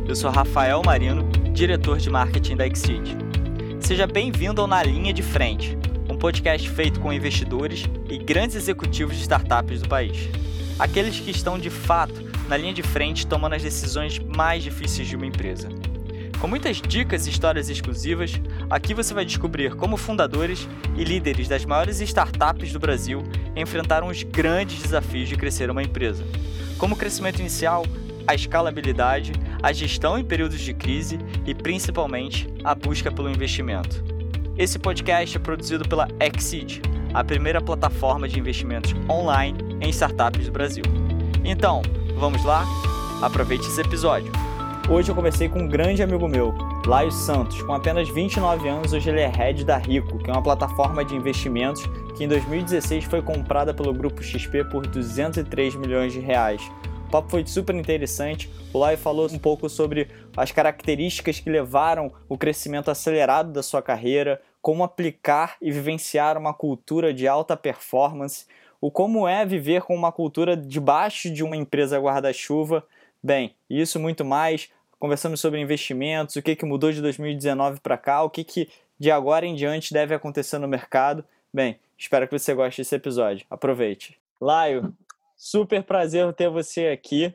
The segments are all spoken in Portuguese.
Eu sou Rafael Marino, diretor de marketing da Exceed. Seja bem-vindo ao Na Linha de Frente, um podcast feito com investidores e grandes executivos de startups do país. Aqueles que estão, de fato, na linha de frente tomando as decisões mais difíceis de uma empresa. Com muitas dicas e histórias exclusivas, aqui você vai descobrir como fundadores e líderes das maiores startups do Brasil enfrentaram os grandes desafios de crescer uma empresa, como o crescimento inicial, a escalabilidade, a gestão em períodos de crise e, principalmente, a busca pelo investimento. Esse podcast é produzido pela Exceed, a primeira plataforma de investimentos online em startups do Brasil. Então, vamos lá? Aproveite esse episódio. Hoje eu conversei com um grande amigo meu, Laio Santos. Com apenas 29 anos, hoje ele é head da Rico, que é uma plataforma de investimentos que em 2016 foi comprada pelo Grupo XP por 203 milhões de reais. O papo foi super interessante. O Laio falou um pouco sobre as características que levaram o crescimento acelerado da sua carreira, como aplicar e vivenciar uma cultura de alta performance, o como é viver com uma cultura debaixo de uma empresa guarda-chuva. Bem, isso muito mais. Conversamos sobre investimentos, o que mudou de 2019 para cá, o que de agora em diante deve acontecer no mercado. Bem, espero que você goste desse episódio. Aproveite. Laio, super prazer ter você aqui.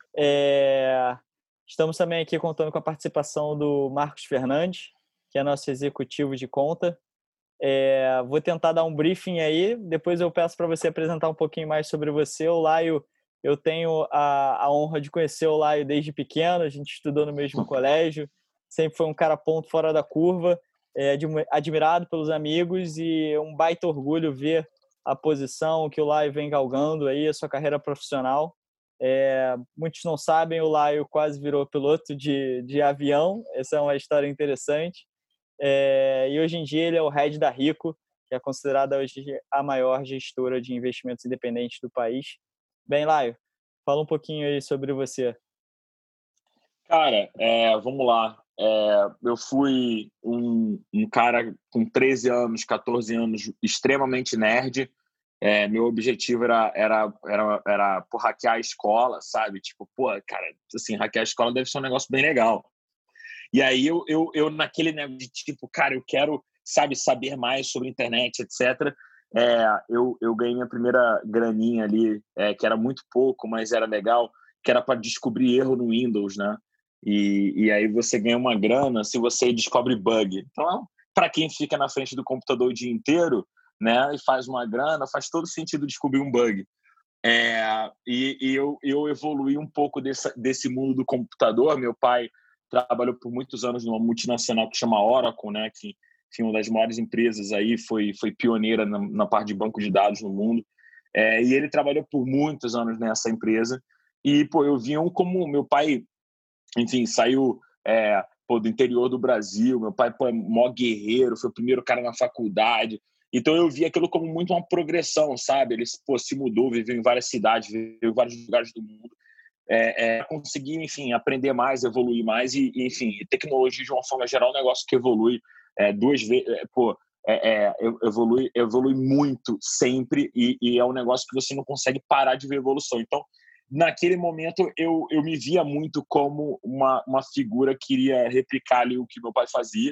Estamos também aqui contando com a participação do Marcos Fernandes, que é nosso executivo de conta. Vou tentar dar um briefing aí, depois eu peço para você apresentar um pouquinho mais sobre você. O Laio, eu tenho a honra de conhecer o Laio desde pequeno, a gente estudou no mesmo colégio, sempre foi um cara ponto fora da curva, admirado pelos amigos e um baita orgulho ver a posição que o Laio vem galgando aí, a sua carreira profissional. Muitos não sabem, o Laio quase virou piloto de avião, essa é uma história interessante. E hoje em dia ele é o head da Rico, que é considerada hoje a maior gestora de investimentos independentes do país. Bem, Laio, fala um pouquinho aí sobre você. Cara, vamos lá. Eu fui um cara com 13 anos, 14 anos, extremamente nerd. Meu objetivo era hackear a escola, sabe? Tipo, cara, assim, hackear a escola deve ser um negócio bem legal. E aí eu naquele negócio de tipo, cara, eu quero, sabe, saber mais sobre internet, etc. Eu ganhei minha primeira graninha ali, que era muito pouco, mas era legal, que era para descobrir erro no Windows, né? E aí você ganha uma grana se você descobre bug. Então, para quem fica na frente do computador o dia inteiro, né, e faz uma grana, faz todo sentido descobrir um bug. Eu evoluí um pouco desse mundo do computador. Meu pai trabalhou por muitos anos numa multinacional que chama Oracle, né, que enfim, uma das maiores empresas aí, foi pioneira na parte de banco de dados no mundo. E ele trabalhou por muitos anos nessa empresa. E, eu vi como meu pai, enfim, saiu do interior do Brasil. Meu pai, é mó guerreiro, foi o primeiro cara na faculdade. Então, eu vi aquilo como muito uma progressão, sabe? Ele se mudou, viveu em várias cidades, viveu em vários lugares do mundo. Conseguir, enfim, aprender mais, evoluir mais e enfim, tecnologia de uma forma geral é um negócio que evolui duas vezes, evolui muito sempre e é um negócio que você não consegue parar de ver evolução. Então, naquele momento, eu me via muito como uma figura que iria replicar ali o que meu pai fazia.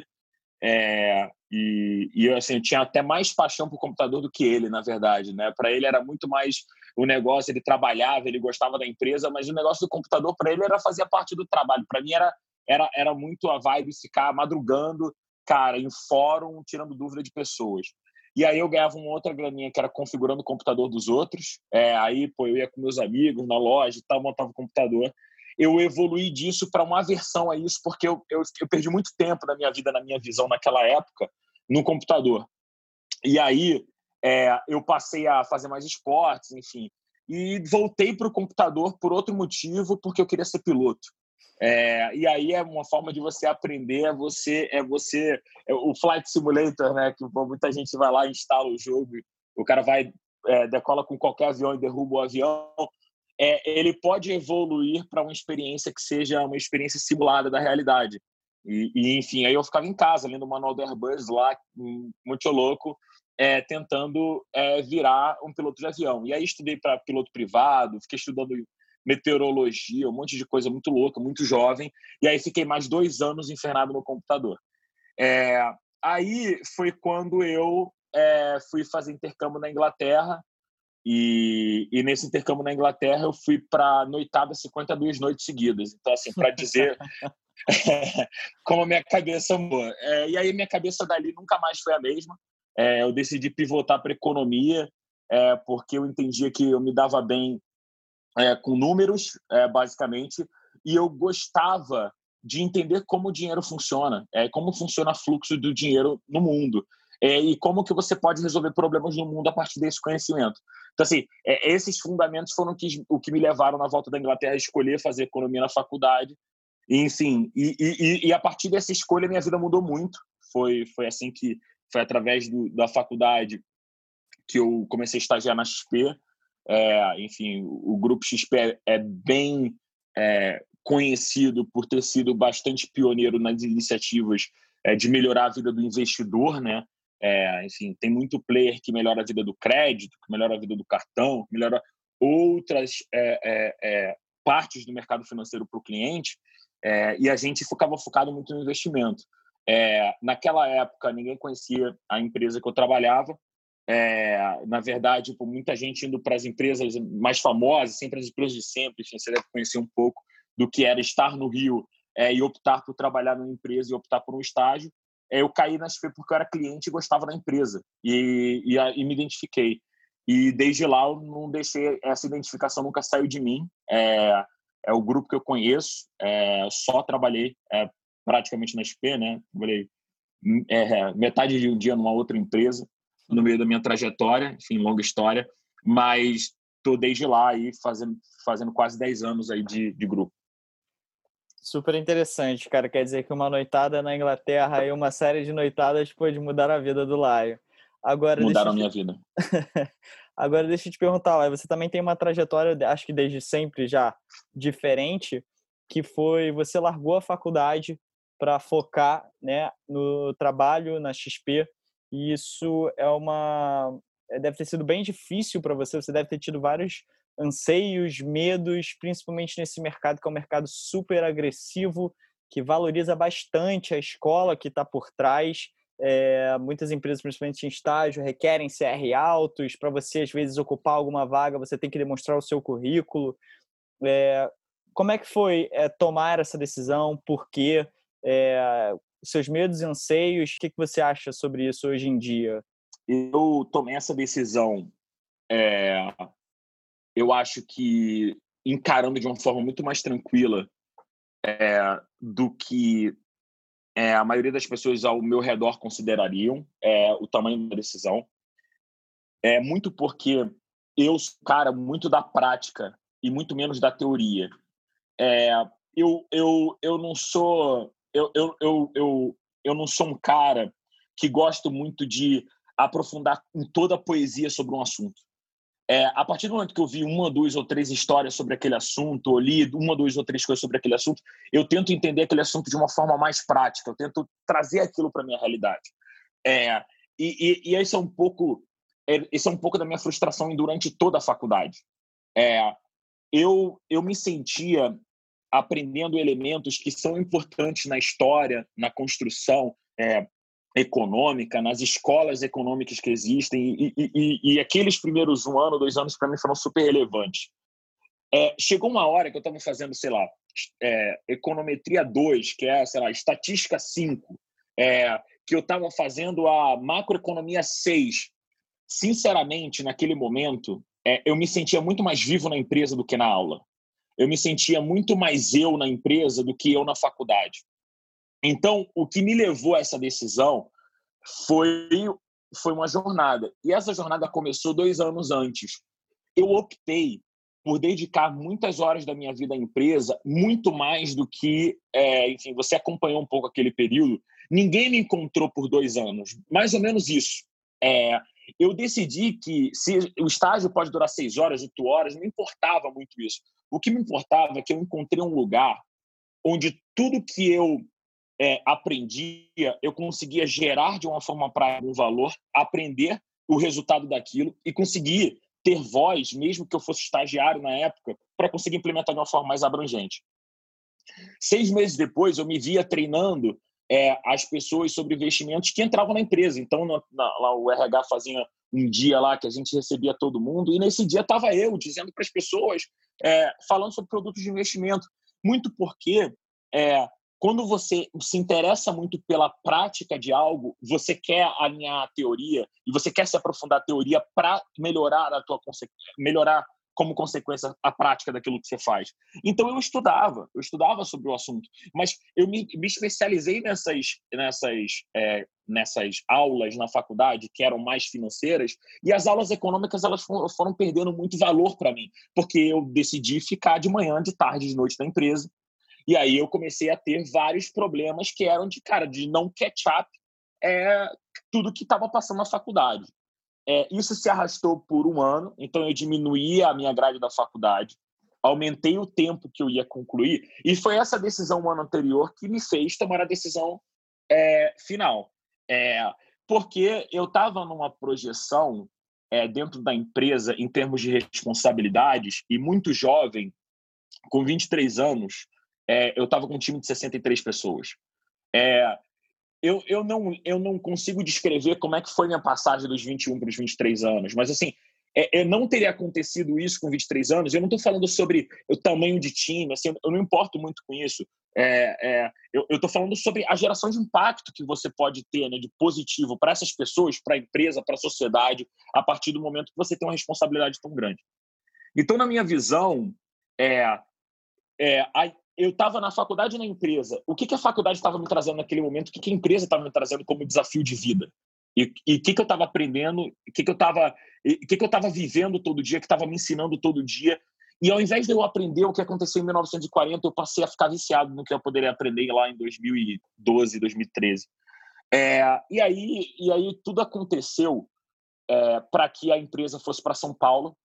Assim, eu tinha até mais paixão por computador do que ele, na verdade, né? Para ele era muito mais o negócio, ele trabalhava, ele gostava da empresa, mas o negócio do computador para ele fazia parte do trabalho. Para mim era muito a vibe ficar madrugando, cara, em fórum, tirando dúvida de pessoas. E aí eu ganhava uma outra graninha que era configurando o computador dos outros. Aí, eu ia com meus amigos na loja e tal, montava o computador. Eu evoluí disso para uma aversão a isso, porque eu perdi muito tempo da minha vida, na minha visão, naquela época, no computador. E aí eu passei a fazer mais esportes, enfim, e voltei para o computador por outro motivo, porque eu queria ser piloto. E aí é uma forma de você aprender, o Flight Simulator, né, que muita gente vai lá e instala o jogo, o cara vai, decola com qualquer avião e derruba o avião. Ele pode evoluir para uma experiência que seja uma experiência simulada da realidade. Enfim, aí eu ficava em casa, lendo o manual do Airbus lá, muito louco, tentando virar um piloto de avião. E aí estudei para piloto privado, fiquei estudando meteorologia, um monte de coisa muito louca, muito jovem. E aí fiquei mais 2 anos internado no computador. Aí foi quando eu fui fazer intercâmbio na Inglaterra. E nesse intercâmbio na Inglaterra eu fui para noitada 52 noites seguidas. Então, assim, para dizer como a minha cabeça mudou. E aí minha cabeça dali nunca mais foi a mesma. Eu decidi pivotar para economia, porque eu entendia que eu me dava bem com números, basicamente, e eu gostava de entender como o dinheiro funciona, como funciona o fluxo do dinheiro no mundo, e como que você pode resolver problemas no mundo a partir desse conhecimento. Então, assim, esses fundamentos foram o que me levaram na volta da Inglaterra a escolher fazer economia na faculdade. E, enfim, e a partir dessa escolha minha vida mudou muito. Foi assim que foi através da faculdade que eu comecei a estagiar na XP. Enfim, o Grupo XP é bem conhecido por ter sido bastante pioneiro nas iniciativas de melhorar a vida do investidor, né? Enfim, tem muito player que melhora a vida do crédito, que melhora a vida do cartão, que melhora outras partes do mercado financeiro para o cliente, e a gente ficava focado muito no investimento. Naquela época, ninguém conhecia a empresa que eu trabalhava. Na verdade, muita gente indo para as empresas mais famosas, sempre as empresas de sempre. Enfim, você deve conhecer um pouco do que era estar no Rio e optar por trabalhar numa empresa e optar por um estágio. Eu caí na XP porque eu era cliente e gostava da empresa e me identifiquei. E desde lá eu não deixei, essa identificação nunca saiu de mim. É o grupo que eu conheço, só trabalhei praticamente na XP, né? Trabalhei metade de um dia numa outra empresa no meio da minha trajetória, enfim, longa história, mas estou desde lá aí fazendo quase 10 anos aí de grupo. Super interessante, cara. Quer dizer que uma noitada na Inglaterra e uma série de noitadas pode mudar a vida do Laio. Mudaram a minha vida. Agora deixa eu te perguntar, Laio, você também tem uma trajetória, acho que desde sempre já, diferente, que foi você largou a faculdade para focar, né, no trabalho na XP, e isso deve ter sido bem difícil para você. Você deve ter tido vários anseios, medos, principalmente nesse mercado que é um mercado super agressivo, que valoriza bastante a escola que está por trás. Muitas empresas, principalmente em estágio, requerem CR altos. Para você, às vezes, ocupar alguma vaga, você tem que demonstrar o seu currículo. Como é que foi tomar essa decisão? Por quê? Seus medos e anseios, o que você acha sobre isso hoje em dia? Eu tomei essa decisão, eu acho que encarando de uma forma muito mais tranquila do que a maioria das pessoas ao meu redor considerariam o tamanho da decisão. Muito porque eu sou um cara muito da prática e muito menos da teoria. Eu não sou eu não sou um cara que gosto muito de aprofundar em toda a poesia sobre um assunto. A partir do momento que eu vi 1, 2 ou 3 histórias sobre aquele assunto, ou li 1, 2 ou 3 coisas sobre aquele assunto, eu tento entender aquele assunto de uma forma mais prática, eu tento trazer aquilo para a minha realidade. E esse é um pouco da minha frustração durante toda a faculdade. Eu me sentia aprendendo elementos que são importantes na história, na construção econômica, nas escolas econômicas que existem, e aqueles primeiros 1 ano, 2 anos, para mim, foram super relevantes. Chegou uma hora que eu estava fazendo, sei lá, econometria 2, que é, sei lá, estatística 5, que eu estava fazendo a macroeconomia 6. Sinceramente, naquele momento, eu me sentia muito mais vivo na empresa do que na aula. Eu me sentia muito mais eu na empresa do que eu na faculdade. Então, o que me levou a essa decisão foi uma jornada. E essa jornada começou 2 anos antes. Eu optei por dedicar muitas horas da minha vida à empresa, muito mais do que... enfim, você acompanhou um pouco aquele período. Ninguém me encontrou por 2 anos. Mais ou menos isso. Eu decidi que se o estágio pode durar 6 horas, 8 horas, não importava muito isso. O que me importava é que eu encontrei um lugar onde tudo que eu aprendia, eu conseguia gerar de uma forma para um valor, aprender o resultado daquilo e conseguir ter voz, mesmo que eu fosse estagiário na época, para conseguir implementar de uma forma mais abrangente. 6 meses depois, eu me via treinando as pessoas sobre investimentos que entravam na empresa. Então, lá o RH fazia um dia lá que a gente recebia todo mundo, e nesse dia estava eu dizendo para as pessoas, falando sobre produtos de investimento. Muito porque quando você se interessa muito pela prática de algo, você quer alinhar a teoria e você quer se aprofundar a teoria para melhorar melhorar como consequência a prática daquilo que você faz. Então eu estudava sobre o assunto, mas eu me especializei nessas aulas na faculdade que eram mais financeiras, e as aulas econômicas elas foram perdendo muito valor para mim, porque eu decidi ficar de manhã, de tarde, de noite na empresa. E aí eu comecei a ter vários problemas que eram de não catch up tudo que estava passando na faculdade. Isso se arrastou por 1 ano, então eu diminuí a minha grade da faculdade, aumentei o tempo que eu ia concluir, e foi essa decisão no ano anterior que me fez tomar a decisão final. Porque eu estava numa projeção dentro da empresa em termos de responsabilidades, e muito jovem, com 23 anos, eu estava com um time de 63 pessoas. Eu não consigo descrever como é que foi minha passagem dos 21 para os 23 anos, mas assim, não teria acontecido isso com 23 anos. Eu não estou falando sobre o tamanho de time, assim, eu não importo muito com isso. Eu estou falando sobre a geração de impacto que você pode ter, né, de positivo para essas pessoas, para a empresa, para a sociedade, a partir do momento que você tem uma responsabilidade tão grande. Então, na minha visão, eu estava na faculdade e na empresa. O que a faculdade estava me trazendo naquele momento? O que a empresa estava me trazendo como desafio de vida? E o que eu estava aprendendo? O que eu estava vivendo todo dia? Que estava me ensinando todo dia? E ao invés de eu aprender o que aconteceu em 1940, eu passei a ficar viciado no que eu poderia aprender lá em 2012, 2013. E aí tudo aconteceu para que a empresa fosse para São Paulo.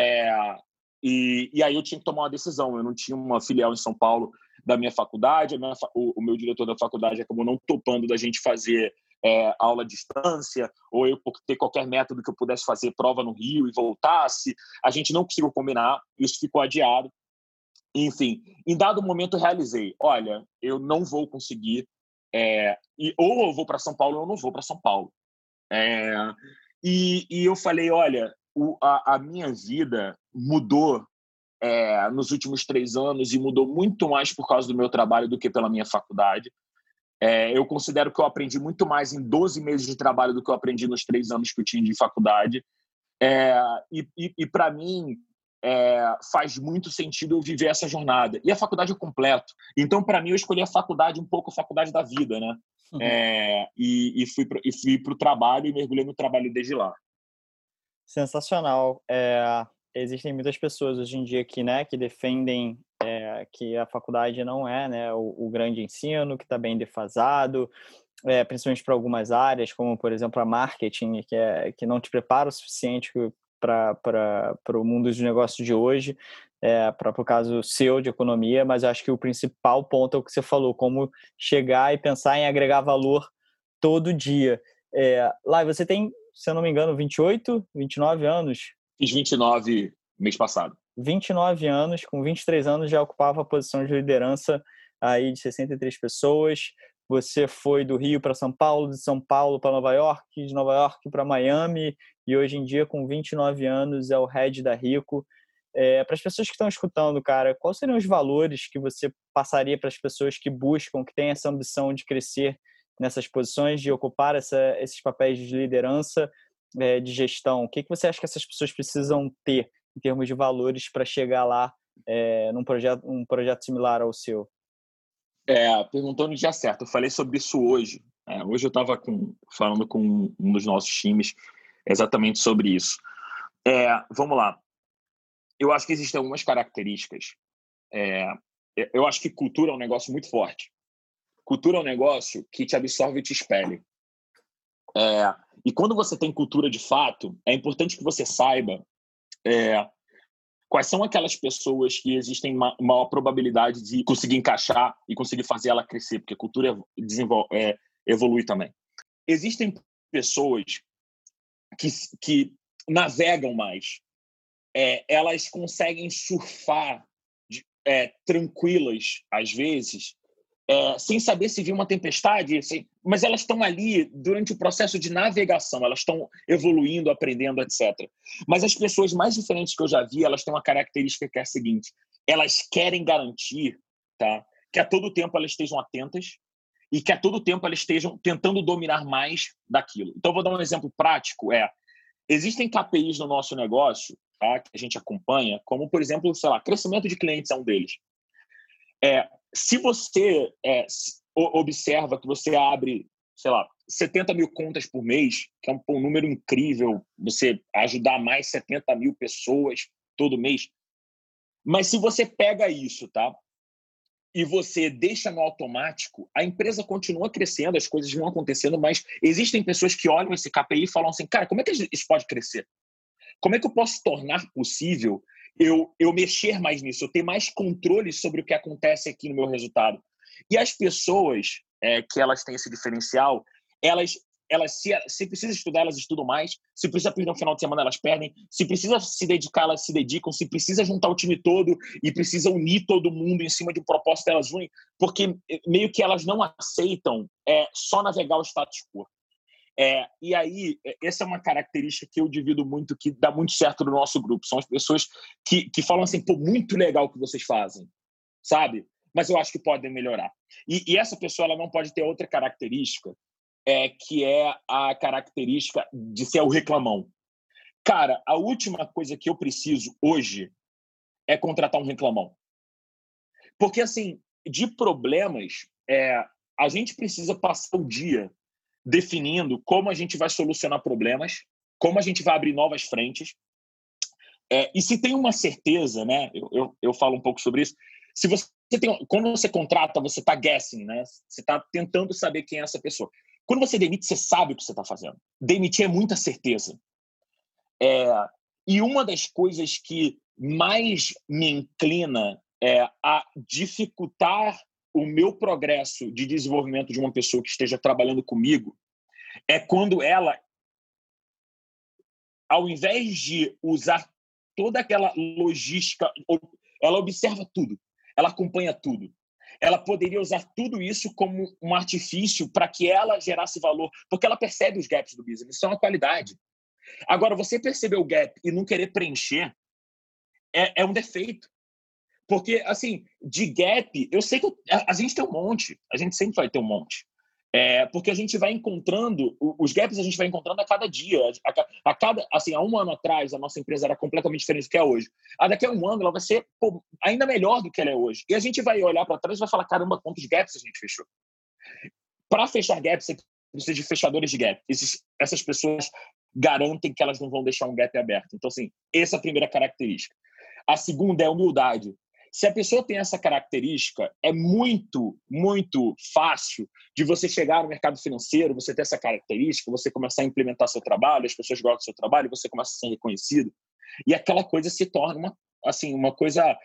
E aí eu tinha que tomar uma decisão. Eu não tinha uma filial em São Paulo da minha faculdade. O meu diretor da faculdade acabou não topando da gente fazer aula à distância, ou eu ter qualquer método que eu pudesse fazer prova no Rio e voltasse. A gente não conseguiu combinar, isso ficou adiado. Enfim, em dado momento eu realizei, olha, eu não vou conseguir, ou eu vou para São Paulo ou eu não vou para São Paulo. E eu falei, olha, a minha vida mudou nos últimos 3 anos, e mudou muito mais por causa do meu trabalho do que pela minha faculdade. Eu considero que eu aprendi muito mais em 12 meses de trabalho do que eu aprendi nos 3 anos que eu tinha de faculdade. E para mim, faz muito sentido eu viver essa jornada. E a faculdade é completo. Então, para mim, eu escolhi a faculdade um pouco a faculdade da vida, né? Uhum. E fui para o trabalho e mergulhei no trabalho desde lá. Sensacional. Existem muitas pessoas hoje em dia que defendem que a faculdade não é, né, o grande ensino, que está bem defasado, principalmente para algumas áreas, como, por exemplo, a marketing, que não te prepara o suficiente para o mundo dos negócios de hoje, para o caso seu de economia, mas eu acho que o principal ponto é o que você falou, como chegar e pensar em agregar valor todo dia. Lá, você tem, se eu não me engano, 28, 29 anos? Fiz 29 mês passado. 29 anos, com 23 anos já ocupava a posição de liderança aí de 63 pessoas. Você foi do Rio para São Paulo, de São Paulo para Nova York, de Nova York para Miami, e hoje em dia, com 29 anos, é o head da Rico. Para as pessoas que estão escutando, cara, quais seriam os valores que você passaria para as pessoas que buscam, que têm essa ambição de crescer nessas posições, de ocupar esses papéis de liderança, de gestão? O que você acha que essas pessoas precisam ter em termos de valores para chegar lá num projeto similar ao seu? Perguntando no dia certo. Eu falei sobre isso hoje. Hoje eu estava falando com um dos nossos times exatamente sobre isso. Vamos lá. Eu acho que existem algumas características. Eu acho que cultura é um negócio muito forte. Cultura é um negócio que te absorve e te expele. E quando você tem cultura de fato, é importante que você saiba quais são aquelas pessoas que existem maior probabilidade de conseguir encaixar e conseguir fazer ela crescer, porque a cultura evolui também. Existem pessoas que navegam mais, elas conseguem surfar tranquilas, às vezes, sem saber se vir uma tempestade, assim, mas elas estão ali durante o processo de navegação, elas estão evoluindo, aprendendo, etc. Mas as pessoas mais diferentes que eu já vi, elas têm uma característica que é a seguinte: elas querem garantir, tá, que a todo tempo elas estejam atentas e que a todo tempo elas estejam tentando dominar mais daquilo. Então, vou dar um exemplo prático. Existem KPIs no nosso negócio, tá, que a gente acompanha, como, por exemplo, sei lá, crescimento de clientes é um deles. Se você observa que você abre, sei lá, 70 mil contas por mês, que é um número incrível, você ajudar mais 70 mil pessoas todo mês, mas se você pega isso, tá, e você deixa no automático, a empresa continua crescendo, as coisas vão acontecendo, mas existem pessoas que olham esse KPI e falam assim: cara, como é que isso pode crescer? Como é que eu posso tornar possível eu mexer mais nisso, eu ter mais controle sobre o que acontece aqui no meu resultado? E as pessoas que elas têm esse diferencial, elas se precisa estudar, elas estudam mais. Se precisa perder um final de semana, elas perdem. Se precisa se dedicar, elas se dedicam. Se precisa juntar o time todo e precisa unir todo mundo em cima de um propósito, elas unem, porque meio que elas não aceitam só navegar o status quo. E aí, essa é uma característica que eu divido muito, que dá muito certo no nosso grupo. São as pessoas que falam assim: pô, muito legal o que vocês fazem, sabe? Mas eu acho que podem melhorar. E essa pessoa, ela não pode ter outra característica, que é a característica de ser o reclamão. Cara, a última coisa que eu preciso hoje é contratar um reclamão. Porque, assim, de problemas, a gente precisa passar o dia definindo como a gente vai solucionar problemas, como a gente vai abrir novas frentes. E se tem uma certeza, né? Eu falo um pouco sobre isso. Se você quando você contrata, você está guessing, né? Você está tentando saber quem é essa pessoa. Quando você demite, você sabe o que você está fazendo. Demitir é muita certeza. E uma das coisas que mais me inclina a dificultar o meu progresso de desenvolvimento de uma pessoa que esteja trabalhando comigo é quando ela, ao invés de usar toda aquela logística, ela observa tudo, ela acompanha tudo. Ela poderia usar tudo isso como um artifício para que ela gerasse valor, porque ela percebe os gaps do business, isso é uma qualidade. Agora, você perceber o gap e não querer preencher é um defeito. Porque, assim, de gap, eu sei que a gente tem um monte, a gente sempre vai ter um monte. Porque a gente vai encontrando, os gaps a gente vai encontrando a cada dia. Assim, há um ano atrás, a nossa empresa era completamente diferente do que é hoje. Daqui a um ano, ela vai ser ainda melhor do que ela é hoje. E a gente vai olhar para trás e vai falar: caramba, quantos gaps a gente fechou. Para fechar gaps, você precisa de fechadores de gap. Essas pessoas garantem que elas não vão deixar um gap aberto. Então, assim, essa é a primeira característica. A segunda é a humildade. Se a pessoa tem essa característica, é muito, muito fácil de você chegar no mercado financeiro, você ter essa característica, você começar a implementar seu trabalho, as pessoas gostam do seu trabalho, você começa a ser reconhecido, e aquela coisa se torna uma coisa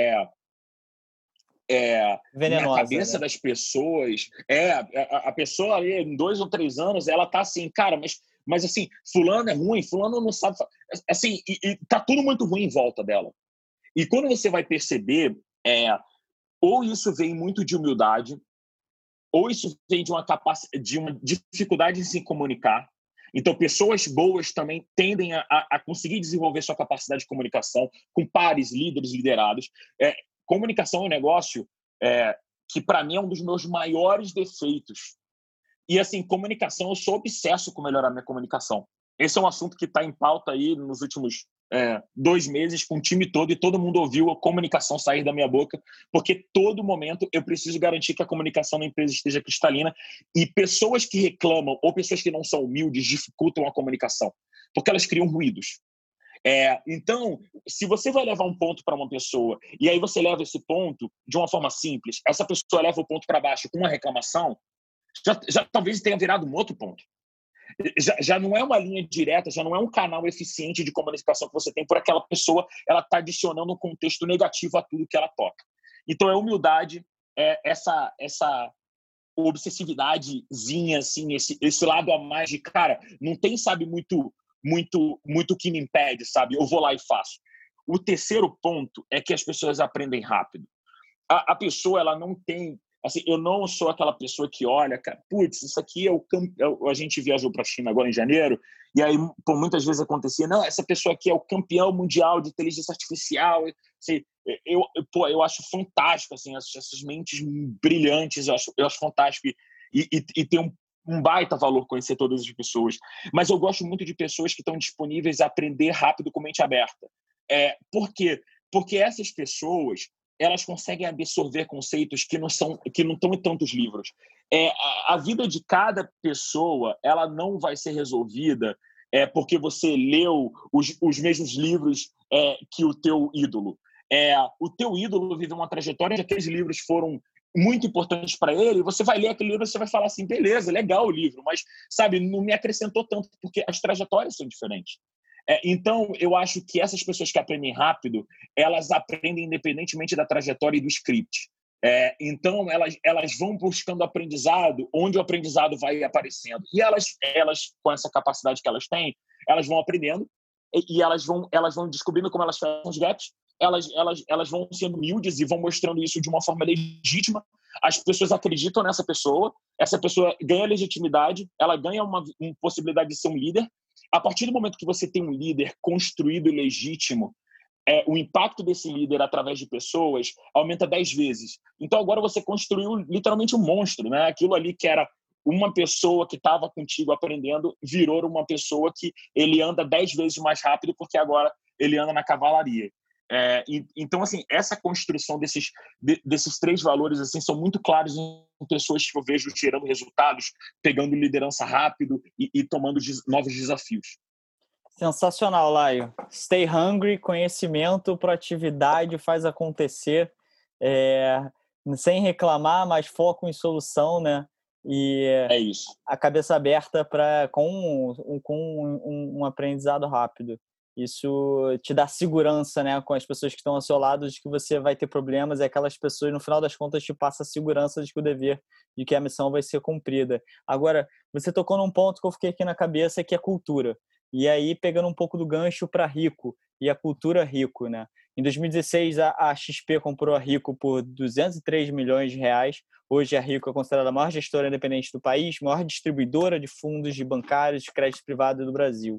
venenosa, na cabeça, né, das pessoas. A pessoa ali, em 2 ou 3 anos, ela tá assim: cara, mas assim, fulano é ruim, fulano não sabe, assim, e tá tudo muito ruim em volta dela. E quando você vai perceber, ou isso vem muito de humildade, ou isso vem de uma dificuldade em se comunicar. Então, pessoas boas também tendem a conseguir desenvolver sua capacidade de comunicação com pares, líderes, liderados. Comunicação é um negócio que, para mim, é um dos meus maiores defeitos. E, assim, comunicação, eu sou obsesso com melhorar minha comunicação. Esse é um assunto que está em pauta aí nos últimos 2 meses com o time todo, e todo mundo ouviu a comunicação sair da minha boca, porque todo momento eu preciso garantir que a comunicação na empresa esteja cristalina, e pessoas que reclamam ou pessoas que não são humildes dificultam a comunicação, porque elas criam ruídos. Então, se você vai levar um ponto para uma pessoa e aí você leva esse ponto de uma forma simples, essa pessoa leva o ponto para baixo com uma reclamação, já talvez tenha virado um outro ponto. Já não é uma linha direta, já não é um canal eficiente de comunicação que você tem por aquela pessoa, ela está adicionando um contexto negativo a tudo que ela toca. Então, é humildade, essa obsessividadezinha, assim, esse lado a mais de, cara, não tem, sabe, muito que me impede, sabe? Eu vou lá e faço. O terceiro ponto é que as pessoas aprendem rápido. A pessoa, ela não tem... Assim, eu não sou aquela pessoa que olha, cara, putz, isso aqui é o campeão. A gente viajou para a China agora em janeiro, e aí por muitas vezes acontecia, não, essa pessoa aqui é o campeão mundial de inteligência artificial. Assim, eu acho fantástico, assim, essas mentes brilhantes, eu acho fantástico. E tem um baita valor conhecer todas as pessoas. Mas eu gosto muito de pessoas que estão disponíveis a aprender rápido com mente aberta. Por quê? Porque essas pessoas, elas conseguem absorver conceitos que não estão em tantos livros. A vida de cada pessoa, ela não vai ser resolvida porque você leu os mesmos livros que o teu ídolo. O teu ídolo vive uma trajetória que aqueles livros foram muito importantes para ele, e você vai ler aquele livro e você vai falar assim, beleza, legal o livro, mas, sabe, não me acrescentou tanto, porque as trajetórias são diferentes. Então, eu acho que essas pessoas que aprendem rápido, elas aprendem independentemente da trajetória e do script. Então, elas vão buscando aprendizado onde o aprendizado vai aparecendo. E elas, com essa capacidade que elas têm, elas vão aprendendo e elas vão descobrindo como elas fazem os gaps, elas vão sendo humildes e vão mostrando isso de uma forma legítima. As pessoas acreditam nessa pessoa, essa pessoa ganha legitimidade, ela ganha uma possibilidade de ser um líder. A partir do momento que você tem um líder construído e legítimo, o impacto desse líder através de pessoas aumenta 10 vezes. Então, agora você construiu literalmente um monstro, né? Aquilo ali que era uma pessoa que estava contigo aprendendo virou uma pessoa que ele anda 10 vezes mais rápido porque agora ele anda na cavalaria. Então, assim, essa construção desses três valores assim, são muito claros em pessoas que eu vejo gerando resultados, pegando liderança rápido e tomando novos desafios. Sensacional, Laio. Stay hungry, conhecimento, proatividade, faz acontecer, sem reclamar, mas foco em solução, né? E é isso. A cabeça aberta com um aprendizado rápido. Isso te dá segurança, né, com as pessoas que estão ao seu lado, de que você vai ter problemas, e aquelas pessoas, no final das contas, te passam a segurança de que o dever, de que a missão vai ser cumprida. Agora, você tocou num ponto que eu fiquei aqui na cabeça, que é cultura. E aí, pegando um pouco do gancho para Ricoh e a cultura Ricoh, né? Em 2016, a XP comprou a Ricoh por 203 milhões de reais. Hoje, a Ricoh é considerada a maior gestora independente do país, maior distribuidora de fundos de bancários de crédito privado do Brasil.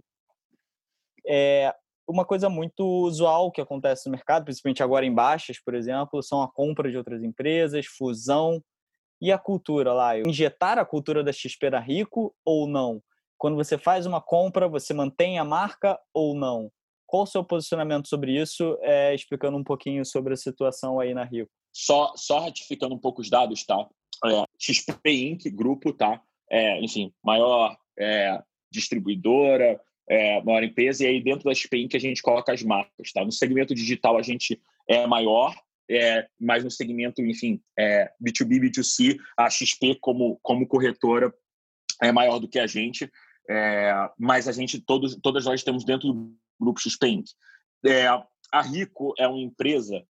Uma coisa muito usual que acontece no mercado, principalmente agora em baixas, por exemplo, são a compra de outras empresas, fusão e a cultura lá. Injetar a cultura da XP na Ricoh ou não? Quando você faz uma compra, você mantém a marca ou não? Qual o seu posicionamento sobre isso? Explicando um pouquinho sobre a situação aí na Ricoh. Só ratificando um pouco os dados, tá? XP Inc., grupo, tá? Enfim, maior distribuidora, maior empresa, e aí dentro da XP Inc. a gente coloca as marcas, tá? No segmento digital a gente é maior, mas no segmento, enfim, B2B, B2C, a XP como corretora é maior do que a gente, mas a gente, todas nós estamos dentro do grupo XP Inc. A Ricoh é uma empresa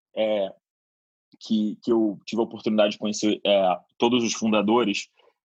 que eu tive a oportunidade de conhecer todos os fundadores,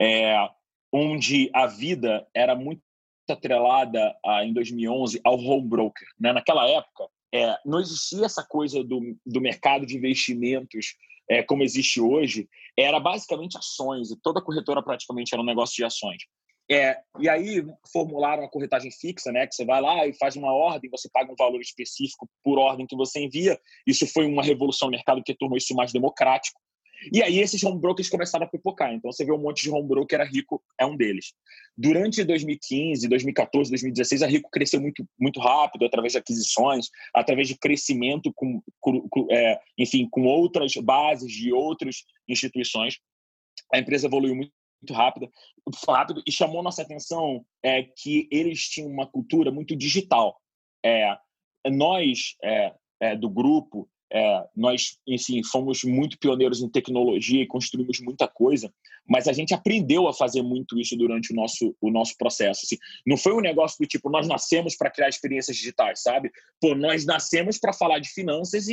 onde a vida era muito atrelada em 2011 ao home broker, né? Naquela época, não existia essa coisa do mercado de investimentos como existe hoje, era basicamente ações, e toda corretora praticamente era um negócio de ações. E aí formularam a corretagem fixa, né, que você vai lá e faz uma ordem, você paga um valor específico por ordem que você envia. Isso foi uma revolução no mercado que tornou isso mais democrático. E aí esses home brokers começaram a pipocar. Então você vê um monte de home broker, a Ricoh é um deles. Durante 2015, 2014, 2016, a Ricoh cresceu muito, muito rápido, através de aquisições, através de crescimento enfim, com outras bases de outras instituições. A empresa evoluiu muito rápido e chamou nossa atenção que eles tinham uma cultura muito digital. Nós, do grupo, nós, enfim, fomos muito pioneiros em tecnologia e construímos muita coisa, mas a gente aprendeu a fazer muito isso durante o nosso processo. Assim, não foi um negócio do tipo, nós nascemos para criar experiências digitais, sabe? Pô, nós nascemos para falar de finanças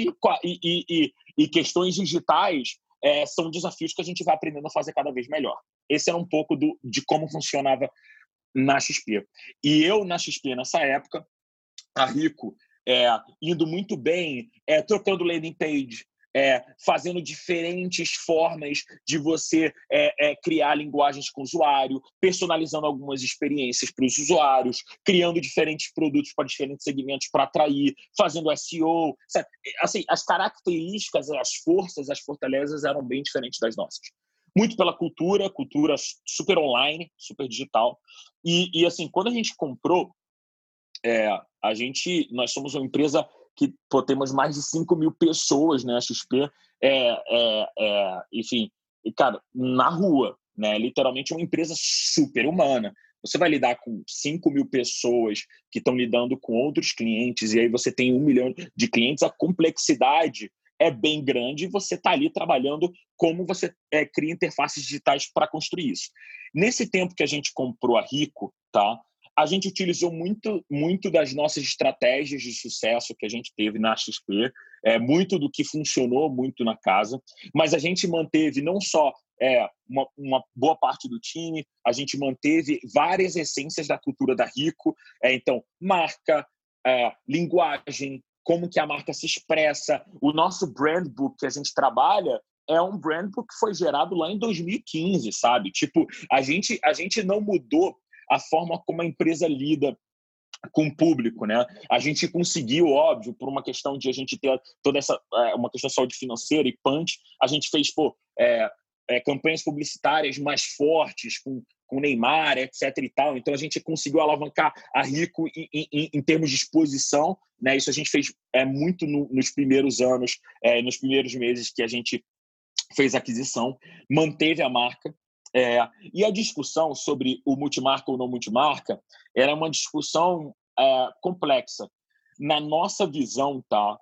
e questões digitais são desafios que a gente vai aprendendo a fazer cada vez melhor. Esse era um pouco de como funcionava na XP. E eu, na XP, nessa época, a Ricoh indo muito bem, trocando landing page, fazendo diferentes formas de você criar linguagens com o usuário, personalizando algumas experiências para os usuários, criando diferentes produtos para diferentes segmentos para atrair, fazendo SEO. Sabe? Assim, as características, as forças, as fortalezas eram bem diferentes das nossas. Muito pela cultura super online, super digital. E assim, quando a gente comprou, nós somos uma empresa que temos mais de 5.000 pessoas, né, a XP, enfim, cara, na rua, né, literalmente uma empresa super humana. Você vai lidar com 5.000 pessoas que estão lidando com outros clientes, e aí você tem 1 milhão de clientes, a complexidade é bem grande, e você está ali trabalhando como você cria interfaces digitais para construir isso. Nesse tempo que a gente comprou a Rico, tá? A gente utilizou muito das nossas estratégias de sucesso que a gente teve na XP, muito do que funcionou muito na casa, mas a gente manteve não só uma boa parte do time, a gente manteve várias essências da cultura da Rico, então, marca, linguagem, como que a marca se expressa. O nosso brand book que a gente trabalha é um brand book que foi gerado lá em 2015, sabe? Tipo, a gente não mudou a forma como a empresa lida com o público, né? A gente conseguiu, óbvio, por uma questão de a gente ter toda essa uma questão de saúde financeira e punch, a gente fez campanhas publicitárias mais fortes com Neymar, etc. e tal. Então a gente conseguiu alavancar a Rico em termos de exposição, né? Isso a gente fez muito nos primeiros anos, nos primeiros meses que a gente fez a aquisição, manteve a marca. E a discussão sobre o multimarca ou não multimarca era uma discussão complexa. Na nossa visão, tá?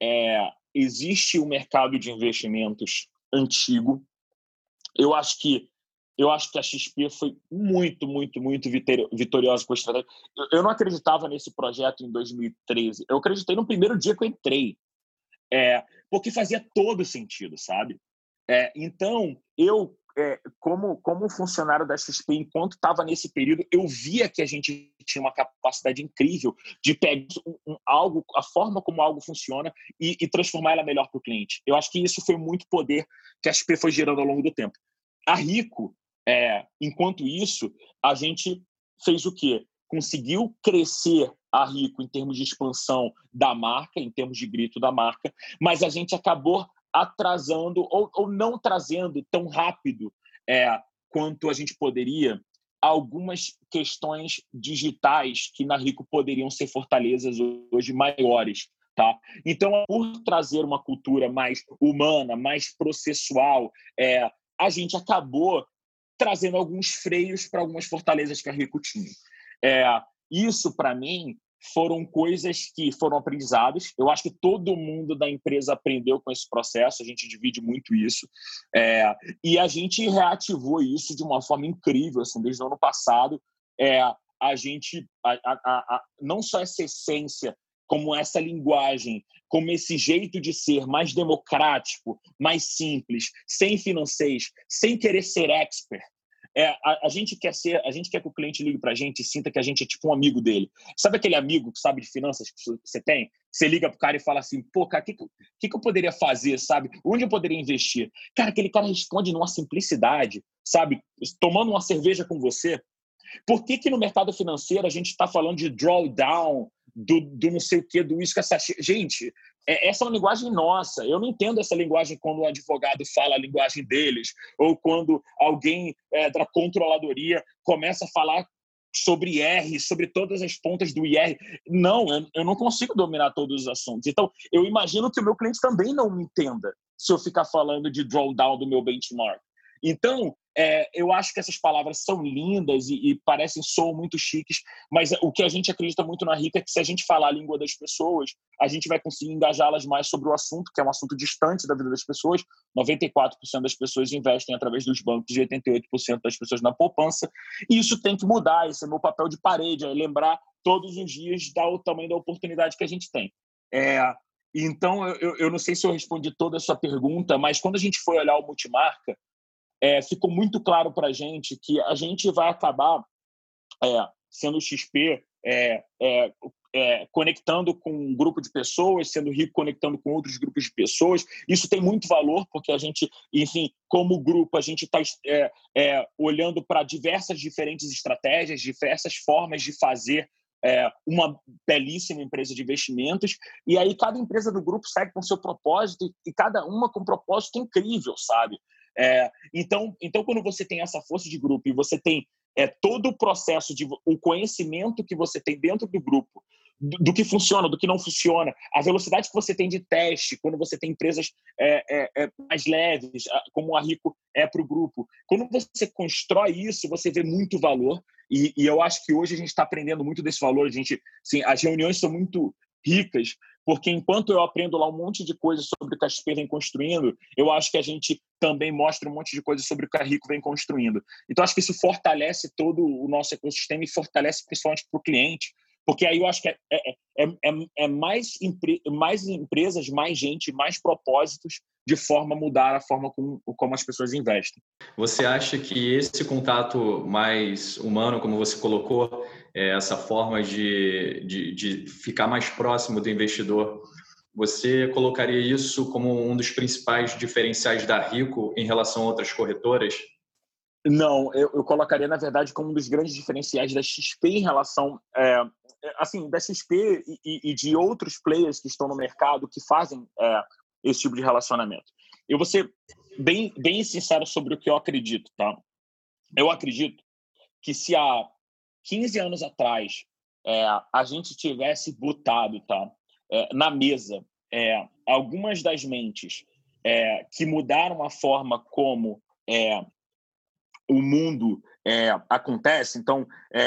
Existe um mercado de investimentos antigo. Eu acho que a XP foi muito, muito, muito vitoriosa com a estratégia. Eu não acreditava nesse projeto em 2013. Eu acreditei no primeiro dia que eu entrei, porque fazia todo sentido, sabe? Então, eu, como funcionário da XP, enquanto estava nesse período, eu via que a gente tinha uma capacidade incrível de pegar algo, a forma como algo funciona e transformar ela melhor para o cliente. Eu acho que isso foi muito poder que a XP foi gerando ao longo do tempo. A Rico, enquanto isso, a gente fez o quê? Conseguiu crescer a Rico em termos de expansão da marca, em termos de grito da marca, mas a gente acabou atrasando ou não trazendo tão rápido quanto a gente poderia algumas questões digitais que na Rico poderiam ser fortalezas hoje maiores. Tá? Então, por trazer uma cultura mais humana, mais processual, a gente acabou trazendo alguns freios para algumas fortalezas que a Rico tinha. Isso, para mim, foram coisas que foram aprendizados. Eu acho que todo mundo da empresa aprendeu com esse processo, a gente divide muito isso. E a gente reativou isso de uma forma incrível, assim, desde o ano passado. A gente, não só essa essência, como essa linguagem, como esse jeito de ser mais democrático, mais simples, sem financeiros, sem querer ser expert. A gente quer que o cliente ligue para a gente e sinta que a gente é tipo um amigo dele. Sabe aquele amigo que sabe de finanças que você tem? Você liga pro cara e fala assim, pô, cara, o que eu poderia fazer, sabe? Onde eu poderia investir? Cara, aquele cara responde numa simplicidade, sabe? Tomando uma cerveja com você. Por que no mercado financeiro a gente está falando de drawdown, do não sei o quê, do uísque sachê? Gente, essa é uma linguagem nossa. Eu não entendo essa linguagem quando um advogado fala a linguagem deles, ou quando alguém da controladoria começa a falar sobre IR, sobre todas as pontas do IR. Não, eu não consigo dominar todos os assuntos. Então, eu imagino que o meu cliente também não me entenda se eu ficar falando de drawdown do meu benchmark. Então, eu acho que essas palavras são lindas e soam muito chiques, mas o que a gente acredita muito na Rico é que se a gente falar a língua das pessoas, a gente vai conseguir engajá-las mais sobre o assunto, que é um assunto distante da vida das pessoas. 94% das pessoas investem através dos bancos e 88% das pessoas na poupança. E isso tem que mudar, esse é meu papel de parede, é lembrar todos os dias o tamanho da oportunidade que a gente tem. Então, eu não sei se eu respondi toda a sua pergunta, mas quando a gente foi olhar o multimarca, ficou muito claro para a gente que a gente vai acabar sendo o XP, conectando com um grupo de pessoas, sendo rico conectando com outros grupos de pessoas. Isso tem muito valor, porque a gente, enfim, como grupo, a gente está olhando para diversas diferentes estratégias, diversas formas de fazer uma belíssima empresa de investimentos, e aí cada empresa do grupo segue com seu propósito, e cada uma com um propósito incrível, sabe? Então, quando você tem essa força de grupo e você tem todo o processo, o conhecimento que você tem dentro do grupo, do que funciona, do que não funciona, a velocidade que você tem de teste, quando você tem empresas mais leves, como a Rico é para o grupo. Quando você constrói isso, você vê muito valor, e eu acho que hoje a gente está aprendendo muito desse valor. Assim, as reuniões são muito ricas, porque enquanto eu aprendo lá um monte de coisas sobre o que a XP vem construindo, eu acho que a gente também mostra um monte de coisas sobre o que a Rico vem construindo. Então, acho que isso fortalece todo o nosso ecossistema e fortalece principalmente para o cliente, porque aí eu acho que mais empresas, mais gente, mais propósitos, de forma a mudar a forma como as pessoas investem. Você acha que esse contato mais humano, como você colocou, essa forma de ficar mais próximo do investidor, você colocaria isso como um dos principais diferenciais da Rico em relação a outras corretoras? Não, eu colocaria, na verdade, como um dos grandes diferenciais da XP em relação assim, da XP e de outros players que estão no mercado que fazem esse tipo de relacionamento. Eu vou ser bem sincero sobre o que eu acredito, tá? Eu acredito que se há 15 anos atrás a gente tivesse botado, tá, na mesa algumas das mentes que mudaram a forma como o mundo acontece, então